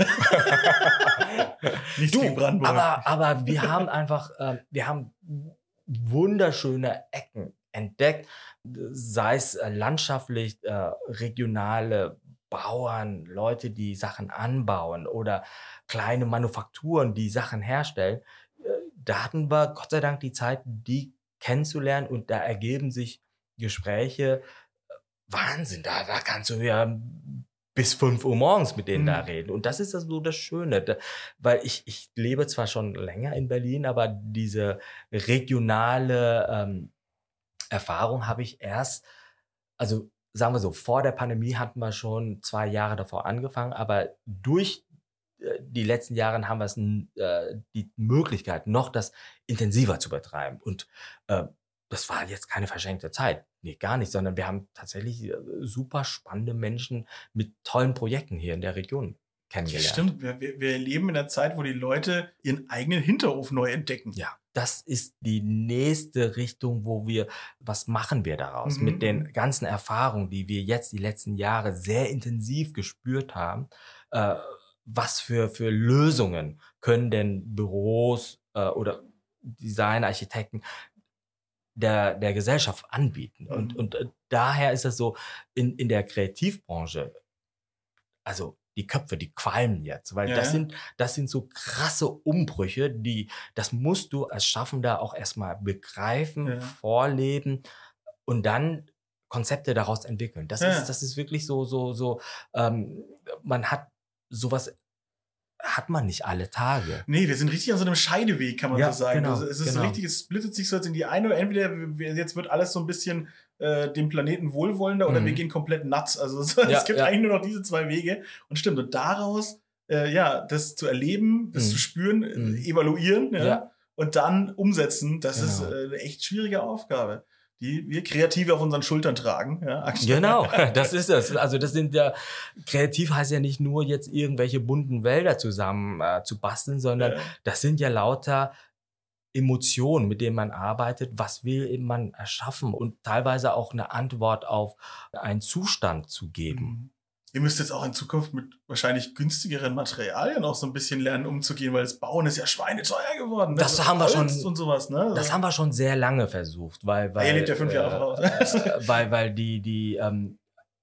[SPEAKER 4] Nichts
[SPEAKER 3] Du,
[SPEAKER 4] gegen Brandenburg.
[SPEAKER 3] aber, aber wir haben einfach, äh, wir haben wunderschöne Ecken entdeckt, sei es äh, landschaftlich, äh, regionale Bauern, Leute, die Sachen anbauen oder kleine Manufakturen, die Sachen herstellen. Äh, da hatten wir Gott sei Dank die Zeit, die kennenzulernen und da ergeben sich Gespräche. Wahnsinn, da, da kannst du ja bis fünf Uhr morgens mit denen
[SPEAKER 4] Mhm.
[SPEAKER 3] da reden. Und das ist das so das Schöne, da, weil ich, ich lebe zwar schon länger in Berlin, aber diese regionale ähm, Erfahrung habe ich erst, also sagen wir so, vor der Pandemie hatten wir schon zwei Jahre davor angefangen, aber durch äh, die letzten Jahre haben wir es n- äh, die Möglichkeit, noch das intensiver zu betreiben. Und äh, das war jetzt keine verschenkte Zeit. Nee, gar nicht, sondern wir haben tatsächlich äh, super spannende Menschen mit tollen Projekten hier in der Region kennengelernt.
[SPEAKER 4] Stimmt, wir, wir, wir leben in einer Zeit, wo die Leute ihren eigenen Hinterhof neu entdecken.
[SPEAKER 3] Ja, das ist die nächste Richtung, wo wir, was machen wir daraus?
[SPEAKER 4] Mhm.
[SPEAKER 3] Mit den ganzen Erfahrungen, die wir jetzt die letzten Jahre sehr intensiv gespürt haben, äh, was für, für Lösungen können denn Büros äh, oder Designer, Architekten der, der Gesellschaft anbieten? Und,
[SPEAKER 4] Mhm.
[SPEAKER 3] und äh, daher ist es so, in, in der Kreativbranche, also die Köpfe, die qualmen jetzt, weil
[SPEAKER 4] Ja,
[SPEAKER 3] das
[SPEAKER 4] ja.
[SPEAKER 3] sind, das sind so krasse Umbrüche, die, das musst du als Schaffender auch erstmal begreifen,
[SPEAKER 4] Ja.
[SPEAKER 3] vorleben und dann Konzepte daraus entwickeln. Das
[SPEAKER 4] Ja.
[SPEAKER 3] ist, das ist wirklich so, so, so, ähm, man hat sowas, hat man nicht alle Tage.
[SPEAKER 4] Nee, wir sind richtig an so einem Scheideweg, kann man
[SPEAKER 3] Ja,
[SPEAKER 4] so sagen.
[SPEAKER 3] genau,
[SPEAKER 4] Also es ist so
[SPEAKER 3] genau.
[SPEAKER 4] richtig, es splittet sich so jetzt in die eine, entweder wir- jetzt wird alles so ein bisschen äh, dem Planeten wohlwollender oder
[SPEAKER 3] Mhm.
[SPEAKER 4] wir gehen komplett nuts. Also es, es
[SPEAKER 3] Ja,
[SPEAKER 4] gibt
[SPEAKER 3] ja.
[SPEAKER 4] eigentlich nur noch diese zwei Wege. Und stimmt, und daraus, äh, ja, das zu erleben, das
[SPEAKER 3] Mhm.
[SPEAKER 4] zu spüren, äh,
[SPEAKER 3] Mhm.
[SPEAKER 4] evaluieren, ja,
[SPEAKER 3] Ja.
[SPEAKER 4] und dann umsetzen, das ist
[SPEAKER 3] Genau.
[SPEAKER 4] äh, eine echt schwierige Aufgabe. die wir Kreative auf unseren Schultern tragen. Ja,
[SPEAKER 3] genau, das ist es. Also das sind ja, kreativ heißt ja nicht nur jetzt irgendwelche bunten Wälder zusammen äh, zu basteln, sondern ja. das sind ja lauter Emotionen, mit denen man arbeitet. Was will man erschaffen und teilweise auch eine Antwort auf einen Zustand zu geben.
[SPEAKER 4] Mhm. Ihr müsst jetzt auch in Zukunft mit wahrscheinlich günstigeren Materialien auch so ein bisschen lernen, umzugehen, weil das Bauen ist ja schweineteuer geworden. Ne?
[SPEAKER 3] Das also haben wir schon
[SPEAKER 4] und sowas, ne?
[SPEAKER 3] Das haben wir schon sehr lange versucht, weil weil
[SPEAKER 4] ihr lebt ja fünf Jahre voraus.
[SPEAKER 3] Äh, weil weil die die ähm,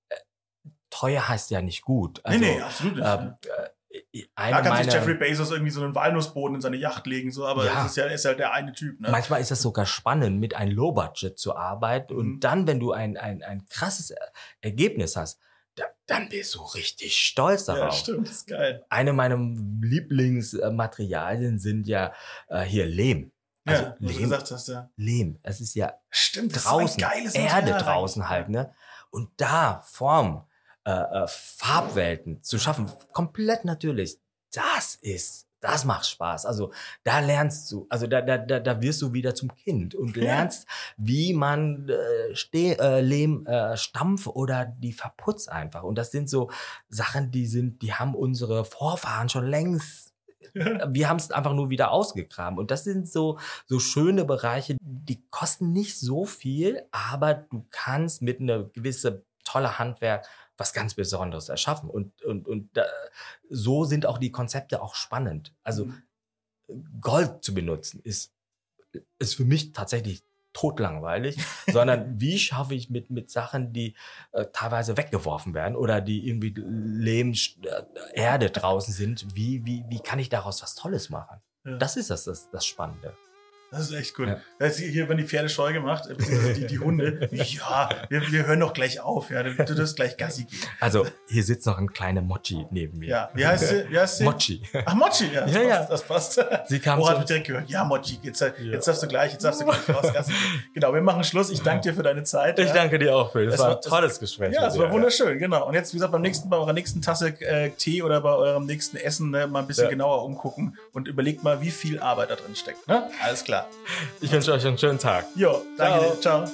[SPEAKER 3] teuer heißt ja nicht gut. Also,
[SPEAKER 4] nee, nee, absolut nicht. Ähm, äh, da kann sich Jeffrey Bezos irgendwie so einen Walnussboden in seine Yacht legen, so, aber ja. das ist ja ist halt der eine Typ. Ne?
[SPEAKER 3] Manchmal ist es sogar spannend, mit einem Low-Budget zu arbeiten mhm. und dann, wenn du ein ein ein krasses Ergebnis hast, Da, dann bist du richtig stolz darauf.
[SPEAKER 4] Ja, stimmt, das ist geil.
[SPEAKER 3] Eine meiner Lieblingsmaterialien sind ja äh, hier Lehm. Also
[SPEAKER 4] ja,
[SPEAKER 3] Lehm,
[SPEAKER 4] was du gesagt hast, ja.
[SPEAKER 3] Lehm. Es ist ja
[SPEAKER 4] stimmt, das
[SPEAKER 3] draußen,
[SPEAKER 4] ist ein geiles
[SPEAKER 3] Erde
[SPEAKER 4] Material
[SPEAKER 3] draußen halt, ne? Und da Form, äh, äh, Farbwelten zu schaffen, komplett natürlich. Das ist Das macht Spaß. Also da lernst du, also da, da, da, da wirst du wieder zum Kind und lernst, wie man äh, Steh, äh, Lehm äh, stampft oder die verputzt einfach. Und das sind so Sachen, die sind, die haben unsere Vorfahren schon längst. Wir haben es einfach nur wieder ausgegraben. Und das sind so, so schöne Bereiche, die kosten nicht so viel, aber du kannst mit einer gewissen tolle Handwerk was ganz Besonderes erschaffen. Und, und, und da, so sind auch die Konzepte auch spannend. Also mhm. Gold zu benutzen ist, ist für mich tatsächlich totlangweilig, sondern wie schaffe ich mit, mit Sachen, die äh, teilweise weggeworfen werden oder die irgendwie Lehm, äh, Erde draußen sind, wie, wie, wie kann ich daraus was Tolles machen? Ja. Das ist das, das, das Spannende.
[SPEAKER 4] Das ist echt gut. Ja. Das ist hier, wenn die Pferde Scheu gemacht, beziehungsweise die, die Hunde. Ja, wir, wir hören doch gleich auf. Ja, du, du darfst gleich Gassi gehen.
[SPEAKER 3] Also, hier sitzt noch ein kleiner Mochi neben mir.
[SPEAKER 4] Ja, wie heißt sie? Wie heißt sie?
[SPEAKER 3] Mochi.
[SPEAKER 4] Ach, Mochi, ja. Das
[SPEAKER 3] ja,
[SPEAKER 4] passt,
[SPEAKER 3] ja.
[SPEAKER 4] Das passt.
[SPEAKER 3] Sie kam
[SPEAKER 4] oh, hat mich direkt gehört. Ja, Mochi, jetzt, jetzt ja. darfst du gleich, jetzt darfst du gleich raus Gassi gehen. Genau, wir machen Schluss. Ich danke dir für deine Zeit.
[SPEAKER 3] Ich
[SPEAKER 4] ja.
[SPEAKER 3] danke dir auch, Phil. Das, das war ein tolles
[SPEAKER 4] das,
[SPEAKER 3] Gespräch.
[SPEAKER 4] Ja, es war wunderschön, genau. Und jetzt, wie gesagt, beim nächsten, bei eurer nächsten Tasse äh, Tee oder bei eurem nächsten Essen ne, mal ein bisschen ja. genauer umgucken und überlegt mal, wie viel Arbeit da drin steckt. Ne? Alles klar.
[SPEAKER 3] Ich wünsche euch einen schönen Tag.
[SPEAKER 4] Jo, danke dir. Ciao.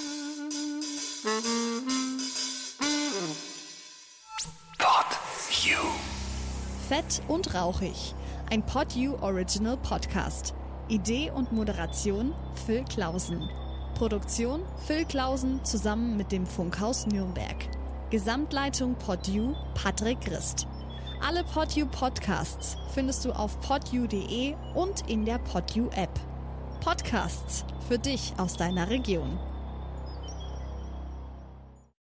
[SPEAKER 1] PodU.
[SPEAKER 5] Fett und rauchig. Ein PodU Original Podcast. Idee und Moderation Phil Clausen. Produktion Phil Clausen zusammen mit dem Funkhaus Nürnberg. Gesamtleitung PodU Patrick Christ. Alle PodU Podcasts findest du auf podu punkt de und in der PodU App. Podcasts für dich aus deiner Region.